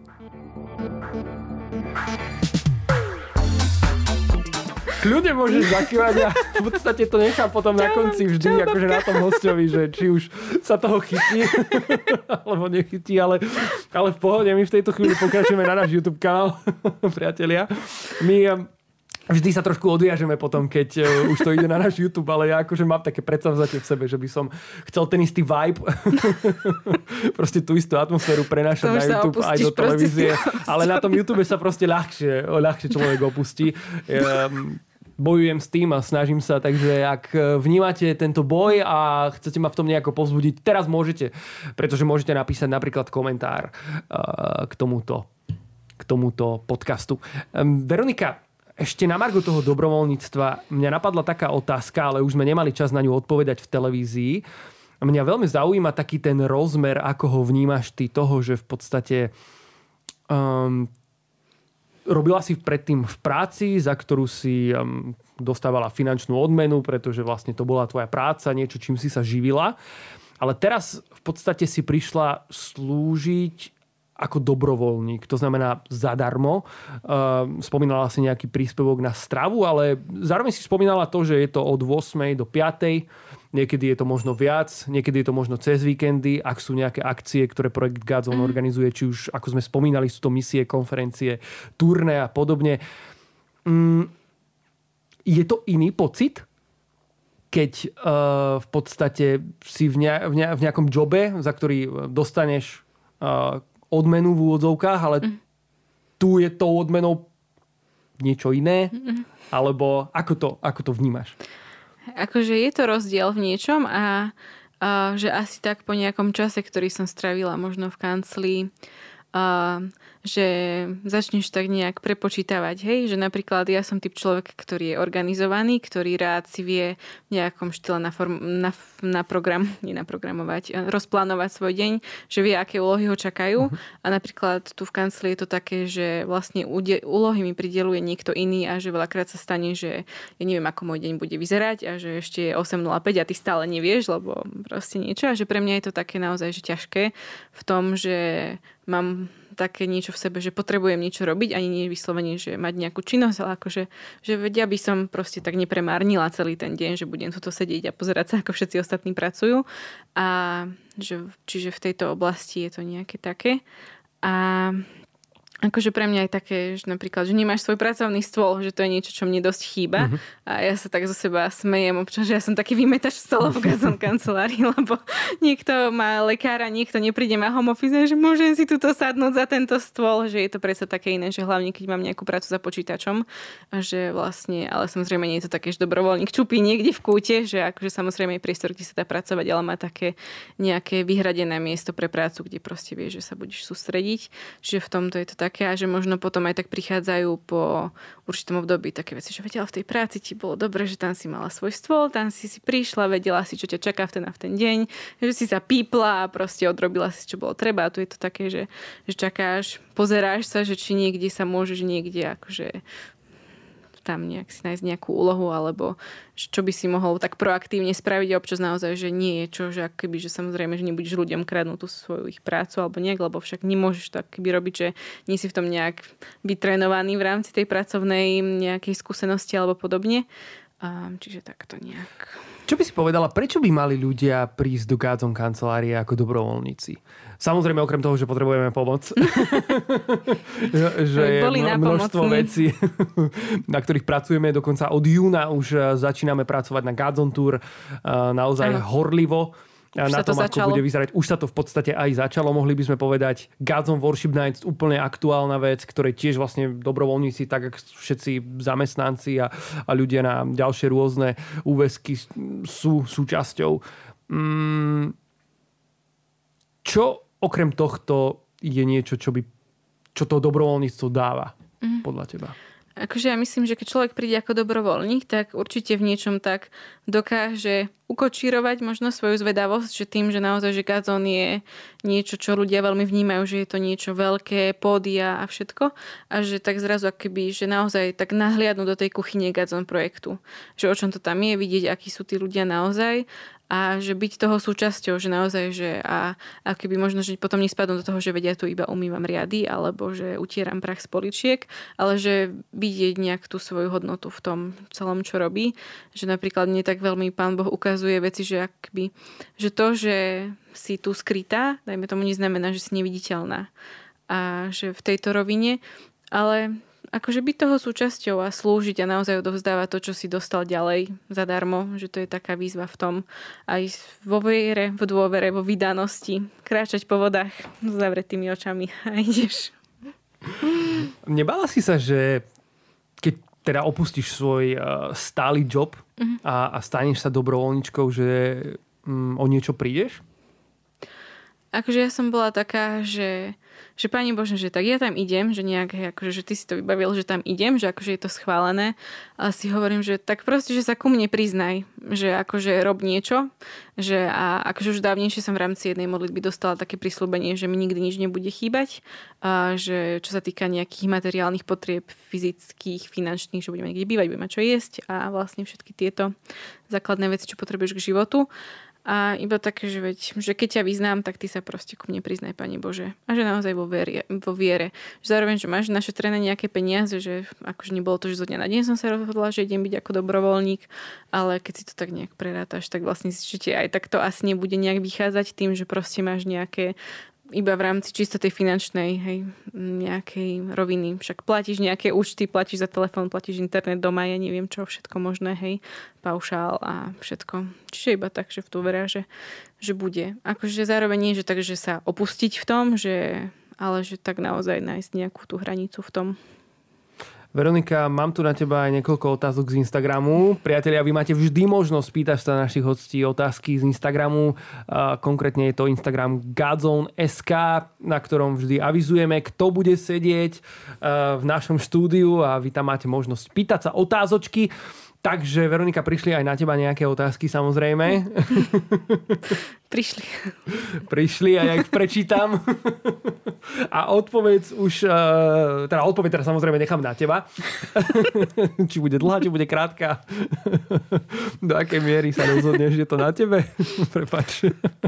Kľudne môžeš zakývať a v podstate to nechám potom na konci vždy, akože na tom hostovi, že či už sa toho chytí, alebo nechytí, ale v pohode. My v tejto chvíli pokračujeme na náš YouTube kanál, priatelia. My vždy sa trošku odviažeme potom, keď už to ide na náš YouTube, ale ja akože mám také predsavzatie v sebe, že by som chcel ten istý vibe, proste tú istú atmosféru prenášať na YouTube aj do televízie. Ale na tom YouTube sa proste ľahšie človek opustí. Bojujem s tým a snažím sa, takže ak vnímate tento boj a chcete ma v tom nejako povzbudiť, teraz môžete, pretože môžete napísať napríklad komentár k tomuto podcastu. Veronika, ešte na margo toho dobrovoľníctva mňa napadla taká otázka, ale už sme nemali čas na ňu odpovedať v televízii. Mňa veľmi zaujíma taký ten rozmer, ako ho vnímaš ty toho, že v podstate robila si predtým v práci, za ktorú si dostávala finančnú odmenu, pretože vlastne to bola tvoja práca, niečo, čím si sa živila. Ale teraz v podstate si prišla slúžiť ako dobrovoľník, to znamená zadarmo. Spomínala si nejaký príspevok na stravu, ale zároveň si spomínala to, že je to od 8. do 5. Niekedy je to možno viac, niekedy je to možno cez víkendy, ak sú nejaké akcie, ktoré projekt Gadzon organizuje, či už, ako sme spomínali, sú to misie, konferencie, turné a podobne. Je to iný pocit, keď v podstate si v nejakom jobe, za ktorý dostaneš odmenu v úvodzovkách, ale tu je tou odmenou niečo iné? Alebo ako to vnímaš? Akože je to rozdiel v niečom a že asi tak po nejakom čase, ktorý som stravila možno v kancli, že začneš tak nejak prepočítavať, hej, že napríklad ja som typ človek, ktorý je organizovaný, ktorý rád si vie v nejakom štýle rozplánovať svoj deň, že vie, aké úlohy ho čakajú. A napríklad tu v kancli je to také, že vlastne úlohy mi prideľuje niekto iný a že veľakrát sa stane, že ja neviem, ako môj deň bude vyzerať a že ešte je 8:05 a ty stále nevieš, lebo proste niečo. A že pre mňa je to také naozaj že ťažké v tom, že mám také niečo v sebe, že potrebujem niečo robiť, ani nie vyslovene, že mať nejakú činnosť, ale akože, že vedia by som proste tak nepremárnila celý ten deň, že budem tuto sedieť a pozerať sa, ako všetci ostatní pracujú. A že, čiže v tejto oblasti je to nejaké také. A akože pre mňa je také, že napríklad, že nemáš svoj pracovný stôl, že to je niečo, čo mne dosť chýba. A ja sa tak zo seba smejem občas, že ja som taký vymetač stolov v Gazon kancelárii, lebo niekto má lekára, niekto nepríde, má home office, že môžem si tuto sadnúť za tento stôl, že je to predsa také iné, že hlavne keď mám nejakú prácu za počítačom, a že vlastne, ale samozrejme nie je to také, že dobrovoľník čupí niekde v kúte, že akože samozrejme je priestor, kde sa dá pracovať, ale má také nejaké vyhradené miesto pre prácu, kde proste vieš, že sa budeš sústrediť, že v tomto je to tak. A že možno potom aj tak prichádzajú po určitom období také veci, že vedela v tej práci ti bolo dobre, že tam si mala svoj stôl, tam si prišla, vedela si, čo ťa čaká v ten a v ten deň, že si sa pípla a proste odrobila si, čo bolo treba. A tu je to také, že čakáš, pozeráš sa, že či niekde sa môžeš niekde akože tam nejak si nájsť nejakú úlohu, alebo čo by si mohol tak proaktívne spraviť a občas naozaj, že nie je čo, že akoby, že samozrejme, že nebudeš ľuďom kradnúť tú svoju ich prácu alebo nejak, lebo však nemôžeš to akoby robiť, že nie si v tom nejak vytrénovaný v rámci tej pracovnej nejakej skúsenosti alebo podobne. Čiže takto nejak. Čo by si povedala, prečo by mali ľudia prísť do Gazon kancelárie ako dobrovoľníci? Samozrejme, okrem toho, že potrebujeme pomoc. že je množstvo vecí, na ktorých pracujeme. Dokonca od júna už začíname pracovať na Gazon Tour. Naozaj horlivo. Na tom, ako bude vyzerať. Už sa to v podstate aj začalo, mohli by sme povedať. Gazon Worship Nights, úplne aktuálna vec, ktorej tiež vlastne dobrovoľníci, tak ako všetci zamestnanci a ľudia na ďalšie rôzne úväzky sú súčasťou. Čo okrem tohto je niečo, čo to dobrovoľníctvo dáva podľa teba? Akože ja myslím, že keď človek príde ako dobrovoľník, tak určite v niečom tak dokáže ukočírovať možno svoju zvedavosť, že tým, že naozaj, že Gazon je niečo, čo ľudia veľmi vnímajú, že je to niečo veľké, pódia a všetko. A že tak zrazu akoby, že naozaj tak nahliadnú do tej kuchyne Gazon projektu. Že o čom to tam je, vidieť, akí sú tí ľudia naozaj. A že byť toho súčasťou, že naozaj, že a keby možno, že potom nespadnú do toho, že vedia tu iba umývam riady, alebo že utieram prach z poličiek, ale že vidieť nejak tú svoju hodnotu v tom celom, čo robí. Že napríklad mne tak veľmi Pán Boh ukazuje veci, že akby, že to, že si tu skrytá, dajme tomu, neznamená, že si neviditeľná. A že v tejto rovine, ale akože byť toho súčasťou a slúžiť a naozaj odovzdávať to, čo si dostal ďalej zadarmo, že to je taká výzva v tom aj vo viere, v dôvere, vo vydanosti, kráčať po vodách s zavretými očami a ideš. Nebala si sa, že keď teda opustíš svoj stály job a staneš sa dobrovoľničkou, že o niečo prídeš? Akože ja som bola taká, že Pane Bože, že tak ja tam idem, že nejak, akože, že ty si to vybavil, že tam idem, že akože je to schválené. Ale si hovorím, že tak proste, že sa ku mne priznaj, že akože rob niečo. Že a akože už dávnejšie som v rámci jednej modlitby dostala také prisľúbenie, že mi nikdy nič nebude chýbať. A že čo sa týka nejakých materiálnych potrieb, fyzických, finančných, že budeme niekde bývať, budeme mať čo jesť a vlastne všetky tieto základné veci, čo potrebuješ k životu. A iba také, že keď ťa vyznám, tak ty sa proste ku mne priznaj, Pane Bože. A že naozaj vo viere. Že zároveň, že máš našetrené nejaké peniaze, že akože nebolo to, že zo dňa na deň som sa rozhodla, že idem byť ako dobrovoľník, ale keď si to tak nejak prerátaš, tak vlastne si aj tak to asi nebude nejak vychádzať tým, že proste máš nejaké iba v rámci čisto tej finančnej, hej, nejakej roviny. Však platíš nejaké účty, platíš za telefón, platíš internet doma, ja neviem čo, všetko možné, hej, paušál a všetko. Čiže iba tak, že v tú vera, že bude. Akože zároveň nie, že tak, že sa opustiť v tom, ale že tak naozaj nájsť nejakú tú hranicu v tom. Veronika, mám tu na teba aj niekoľko otázok z Instagramu. Priatelia, vy máte vždy možnosť pýtať sa našich hostí otázky z Instagramu. Konkrétne je to Instagram Godzone.sk, na ktorom vždy avizujeme, kto bude sedieť v našom štúdiu a vy tam máte možnosť pýtať sa otázočky. Takže, Veronika, prišli aj na teba nejaké otázky, samozrejme. Prišli a ja ich prečítam. A odpoveď teraz samozrejme nechám na teba. Či bude dlhá, či bude krátka. Do akej miery sa rozhodneš, že to na tebe? Prepáč.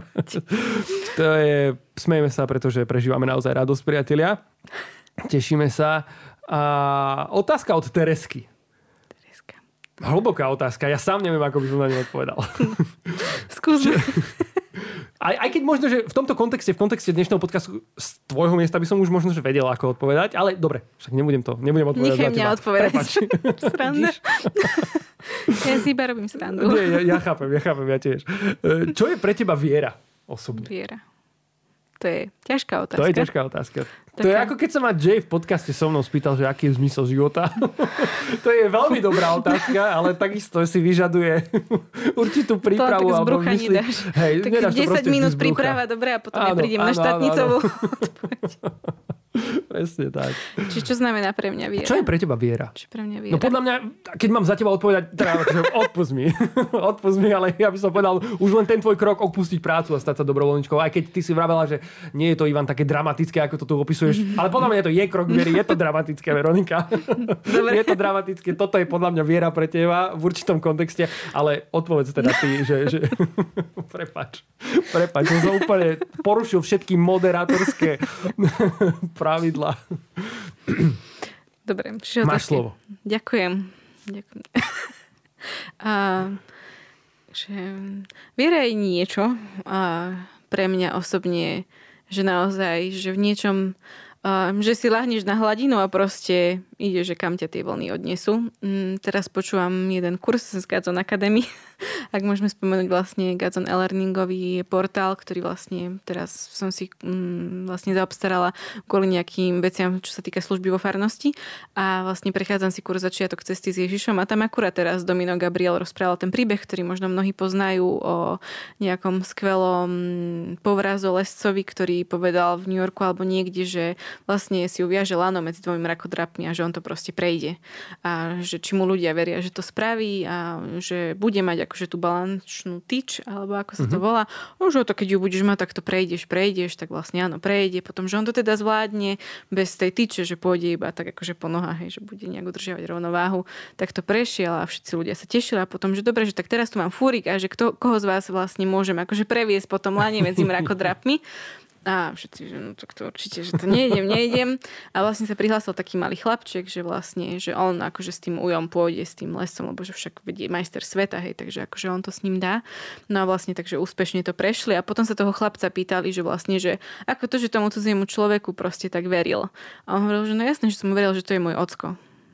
Smejeme sa, pretože prežívame naozaj radosť, priatelia. Tešíme sa. A otázka od Teresky. Hlboká otázka. Ja sám neviem, ako by som na ňu odpovedal. Skúsme. Aj keď možno, že v tomto kontexte, v kontexte dnešného podcastu z tvojho miesta by som už možno, že vedel, ako odpovedať, ale dobre, však nebudem odpovedať Nechaj za teba. mňa odpovedať. Prepáč. Sranda. Ja si iba robím srandu. Nie, ja chápem, ja tiež. Čo je pre teba viera osobne? Viera. To je ťažká otázka. To je ťažká otázka. To je ako keď sa ma Jay v podcaste so mnou spýtal, že aký je zmysel života. To je veľmi dobrá otázka, ale takisto si vyžaduje určitú prípravu. To tak z brucha nedáš. Hej, tak nedáš 10 minút príprava, dobre, a potom ja prídem na štátnicovú. Presne tak. Čiže čo znamená pre mňa viera? Čo je pre teba viera? Čo pre mňa viera? No podľa mňa, keď mám za teba odpovedať, odpust mi, ale ja by som povedal, už len ten tvoj krok opustiť prácu a stať sa dobrovoľníčkou, aj keď ty si vravela, že nie je to, Ivan, také dramatické, ako to tu opisuješ, ale podľa mňa to je krok viery, je to dramatické, Veronika. Je to dramatické, toto je podľa mňa viera pre teba v určitom kontexte, ale odpovedz teda ty, že prepáč, že som úplne porušil všetky moderátorské pravidlá. Dobre, máš slovo. Ďakujem. Viera je niečo pre mňa osobne, že naozaj, že v niečom, že si lahneš na hladinu a proste ide, že kam ťa tie vlny odnesú. Teraz počúvam jeden kurz z Godzone Academy. Ak môžeme spomenúť vlastne Godzone e-learningový portál, ktorý vlastne teraz som si vlastne zaobstarala kvôli nejakým veciam, čo sa týka služby vo farnosti. A vlastne prechádzam si kurz Začiatok cesty s Ježišom a tam akurát teraz Domino Gabriel rozprával ten príbeh, ktorý možno mnohí poznajú o nejakom skvelom povrazolescovi, ktorý povedal v New Yorku alebo niekde, že vlastne si uviaže lano medzi dvomi mrakodrapmi a že on to proste prejde. A že či mu ľudia veria, že to spraví a že bude mať akože tú balančnú tyč, alebo ako sa to volá. Už to, keď ju budeš mať, tak to prejdeš, tak vlastne áno, prejde. Potom, že on to teda zvládne bez tej tyče, že pôjde iba tak akože po nohách, že bude nejak udržiavať rovnováhu. Tak to prešiel a všetci ľudia sa tešili a potom, že dobre, že tak teraz tu mám fúrik a že koho z vás vlastne môžem akože previesť po tom lane medzi mrakodrapmi. A všetci, že no tak to určite, že to nejdem. A vlastne sa prihlásil taký malý chlapček, že vlastne, že on akože s tým ujom pôjde, s tým lesom, lebo že však vedie majster sveta, hej, takže akože on to s ním dá. No a vlastne takže úspešne to prešli a potom sa toho chlapca pýtali, že vlastne, že ako to, že tomu cudziemu človeku proste tak veril. A on hovoril, že no jasné, že som mu veril, že to je môj ocko.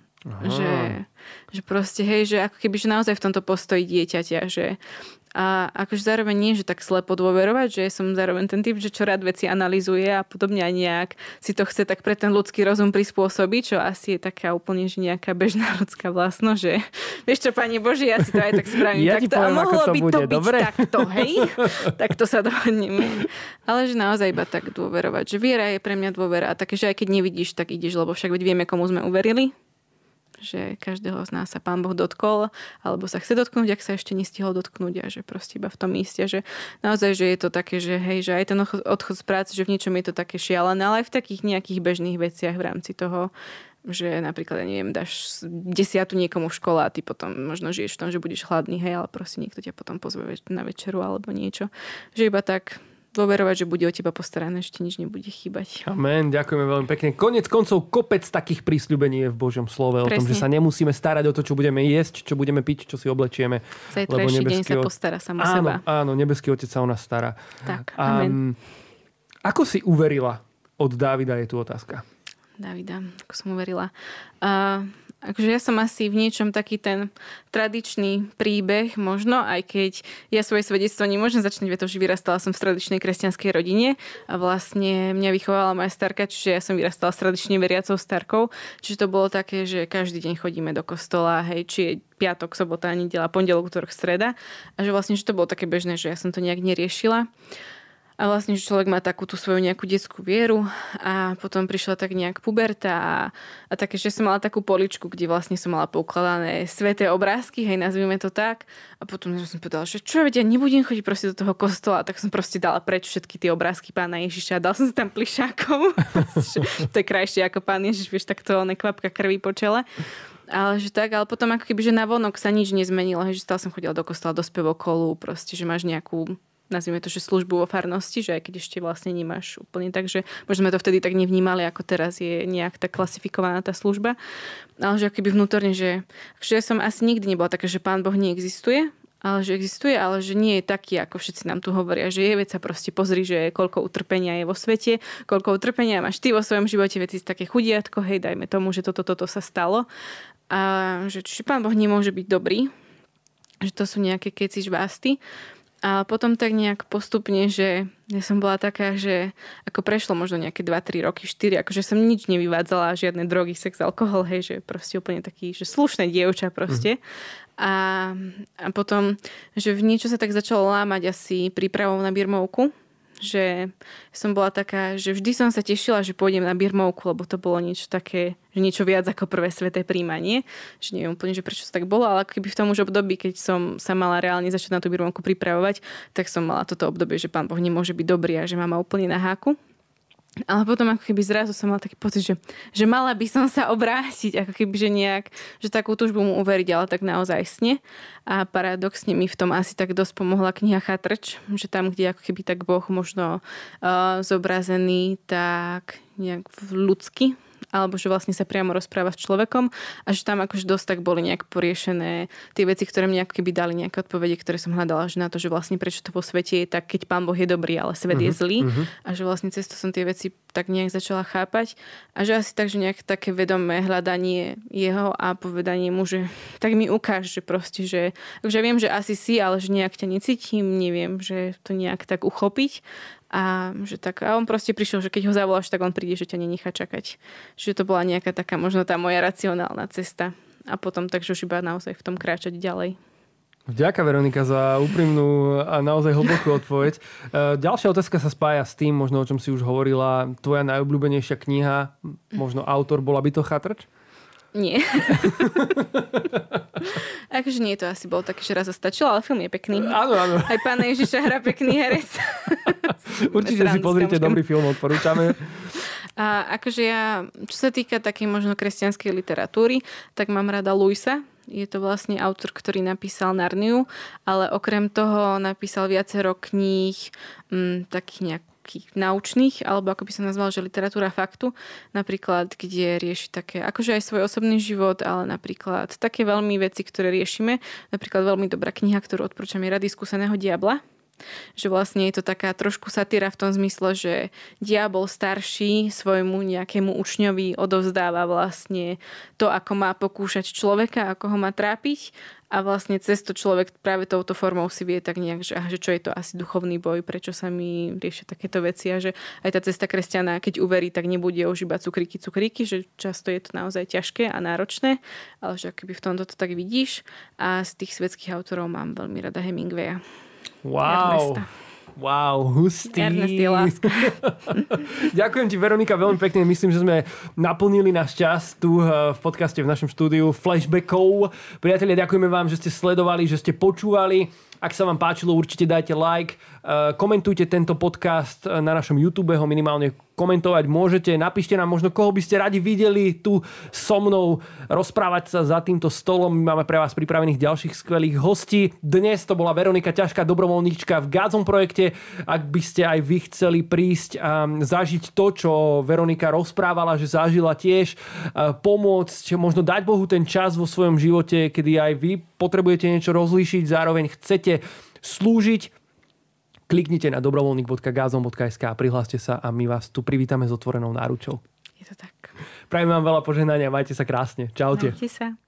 Že proste, hej, že ako keby, že naozaj v tomto postoji dieťaťa, že a akože zároveň nie, že tak slepo dôverovať, že som zároveň ten typ, že čo rád veci analyzuje a podobne aj nejak si to chce tak pre ten ľudský rozum prispôsobiť, čo asi je taká úplne, že nejaká bežná ľudská vlastnosť, že vieš čo, Pane Bože, ja si to aj tak spravím ja takto poviem, a mohlo to by bude, to byť dobre? takto, hej? Takto sa dohodneme. Ale že naozaj iba tak dôverovať, že viera je pre mňa dôvera a také, že aj keď nevidíš, tak ideš, lebo však veď vieme, komu sme uverili. Že každého z nás sa Pán Boh dotkol, alebo sa chce dotknúť, ak sa ešte nestihol dotknúť a že proste iba v tom míste, že naozaj, že je to také, že hej, že aj ten odchod z práce, že v niečom je to také šialené, ale aj v takých nejakých bežných veciach v rámci toho, že napríklad, ja neviem, dáš 10 niekomu v škole a ty potom možno žiješ v tom, že budeš chladný, hej, ale proste niekto ťa potom pozve na večeru alebo niečo. Že iba tak dôverovať, že bude o teba postarané, ešte nič nebude chýbať. Amen, ďakujeme veľmi pekne. Koniec koncov kopec takých prísľubení je v Božom slove. Presne. O tom, že sa nemusíme starať o to, čo budeme jesť, čo budeme piť, čo si oblečieme. Zajtrajší deň sa postará sám o seba. Áno, nebeský Otec sa o nás stará. Tak, amen. Ako si uverila? Od Dávida je tu otázka. Dávida, ako som uverila. akože ja som asi v niečom taký ten tradičný príbeh možno, aj keď ja svoje svedectvo nemôžem začať vetou, že vyrastala som v tradičnej kresťanskej rodine a vlastne mňa vychovala moja starka, čiže ja som vyrastala s tradične veriacou starkou, čiže to bolo také, že každý deň chodíme do kostola, hej, či je piatok, sobota, nedeľa, pondelok, utorok, streda a že vlastne, že to bolo také bežné, že ja som to nejak neriešila. A vlastne, že človek má takú tú svoju nejakú detskú vieru a potom prišla tak nejak puberta a také, že som mala takú poličku, kde vlastne som mala poukladané sväté obrázky, hej, nazvime to tak. A potom som povedala, že čo vedia, nebudem chodiť proste do toho kostola, tak som proste dala preč všetky tie obrázky pána Ježiša a dal som si tam plišákov. To je krajšie ako pán Ježiš, vieš, takto kvapka krvi po čele. Ale že tak, ale potom ako keby, že navonok sa nič nezmenilo, hej, že stále som chodila do kostola, do spevokolu, proste, že máš nejakú, nazvime to, že službu vo farnosti, že aj keď ešte vlastne nemáš úplne tak, že možno sme to vtedy tak nevnímali, ako teraz je nejak tak klasifikovaná tá služba. Ale že akoby vnútorne, že ja som asi nikdy nebola taká, že Pán Boh neexistuje, ale že existuje, ale že nie je taký, ako všetci nám tu hovoria, že je, veď sa proste pozri, že koľko utrpenia je vo svete, koľko utrpenia máš ty vo svojom živote, veď si také chudiatko, hej, dajme tomu, že toto sa stalo. A že či Pán Boh nemôže byť dobrý, že to sú nejaké keci žvásty. A potom tak nejak postupne, že ja som bola taká, že ako prešlo možno nejaké 2-3 roky, 4, akože som nič nevyvádzala, žiadne drogy, sex, alkohol, hej, že proste úplne taký, že slušné dievča proste. A potom, že v niečo sa tak začalo lámať asi prípravou na birmovku, že som bola taká, že vždy som sa tešila, že pôjdem na birmovku, lebo to bolo niečo také, že niečo viac ako prvé sväté príjmanie. Že neviem úplne, že prečo to tak bolo, ale keby v tom už období, keď som sa mala reálne začať na tú birmovku pripravovať, tak som mala toto obdobie, že Pán Boh nemôže byť dobrý a že má úplne na háku. Ale potom ako keby zrazu som mala taký pocit, že mala by som sa obrátiť, ako keby, že nejak, že takú túžbu mu uveriť, ale tak naozaj sne. A paradoxne mi v tom asi tak dosť pomohla kniha Chatrč, že tam, kde ako keby tak Boh možno zobrazený tak nejak ľudsky, alebo že vlastne sa priamo rozpráva s človekom a že tam akože dosť tak boli nejak poriešené tie veci, ktoré mne ako keby dali nejaké odpovede, ktoré som hľadala, že na to, že vlastne prečo to vo svete je tak, keď Pán Boh je dobrý, ale svet je zlý a že vlastne cez to som tie veci tak nejak začala chápať a že asi tak, že nejak také vedomé hľadanie jeho a povedanie mu, že tak mi ukáž, že proste, že viem, že asi si, ale že nejak ťa necítim, neviem, že to nejak tak uchopiť. A on proste prišiel, že keď ho zavoláš, tak on príde, že ťa nenechá čakať. Čiže to bola nejaká taká možno tá moja racionálna cesta. A potom takže už iba naozaj v tom kráčať ďalej. Vďaka, Veronika, za úprimnú a naozaj hlbokú odpoveď. Ďalšia otázka sa spája s tým, možno o čom si už hovorila. Tvoja najobľúbenejšia kniha, možno autor, bola by to Chatrč? Nie. Akože nie, to asi bolo také, že raz stačilo, ale film je pekný. Áno. Aj Pána Ježiša hrá pekný herec. Určite si pozrite, dobrý film, odporúčame. A akože ja, čo sa týka takej možno kresťanskej literatúry, tak mám rada Lewisa. Je to vlastne autor, ktorý napísal Narniu, ale okrem toho napísal viacero kníh takých nejakých naučných, alebo ako by som nazval, že literatúra faktu, napríklad, kde rieši také, akože aj svoj osobný život, ale napríklad také veľmi veci, ktoré riešime. Napríklad veľmi dobrá kniha, ktorú odporúčam, je Rady skúseného diabla. Že vlastne je to taká trošku satíra v tom zmysle, že diabol starší svojmu nejakému učňovi odovzdáva vlastne to, ako má pokúšať človeka, ako ho má trápiť a vlastne cez to človek práve touto formou si vie tak nejak, že čo je to asi duchovný boj, prečo sa mi riešia takéto veci a že aj tá cesta kresťana, keď uverí, tak nebude už iba cukríky, že často je to naozaj ťažké a náročné, ale že akoby v tomto to tak vidíš a z tých svetských autorov mám veľmi rada Hemingwaya. Wow, hustý. Ernest je láska. Ďakujem ti, Veronika, veľmi pekne. Myslím, že sme naplnili náš čas tu v podcaste v našom štúdiu Flashbackov. Priatelia, ďakujeme vám, že ste sledovali, že ste počúvali. Ak sa vám páčilo, určite dajte like. Komentujte tento podcast na našom YouTube, ho minimálne komentovať môžete. Napíšte nám možno, koho by ste radi videli tu so mnou rozprávať sa za týmto stolom. My máme pre vás pripravených ďalších skvelých hostí. Dnes to bola Veronika Ťažká, dobrovoľníčka v Gádzom projekte. Ak by ste aj vy chceli prísť a zažiť to, čo Veronika rozprávala, že zažila tiež, pomôcť, možno dať Bohu ten čas vo svojom živote, kedy aj vy potrebujete niečo rozlíšiť, zároveň chcete slúžiť, kliknite na dobrovoľník.gazom.sk a prihláste sa a my vás tu privítame s otvorenou náručou. Je to tak. Prajem vám veľa požehnania, majte sa krásne. Čaute. Majte sa.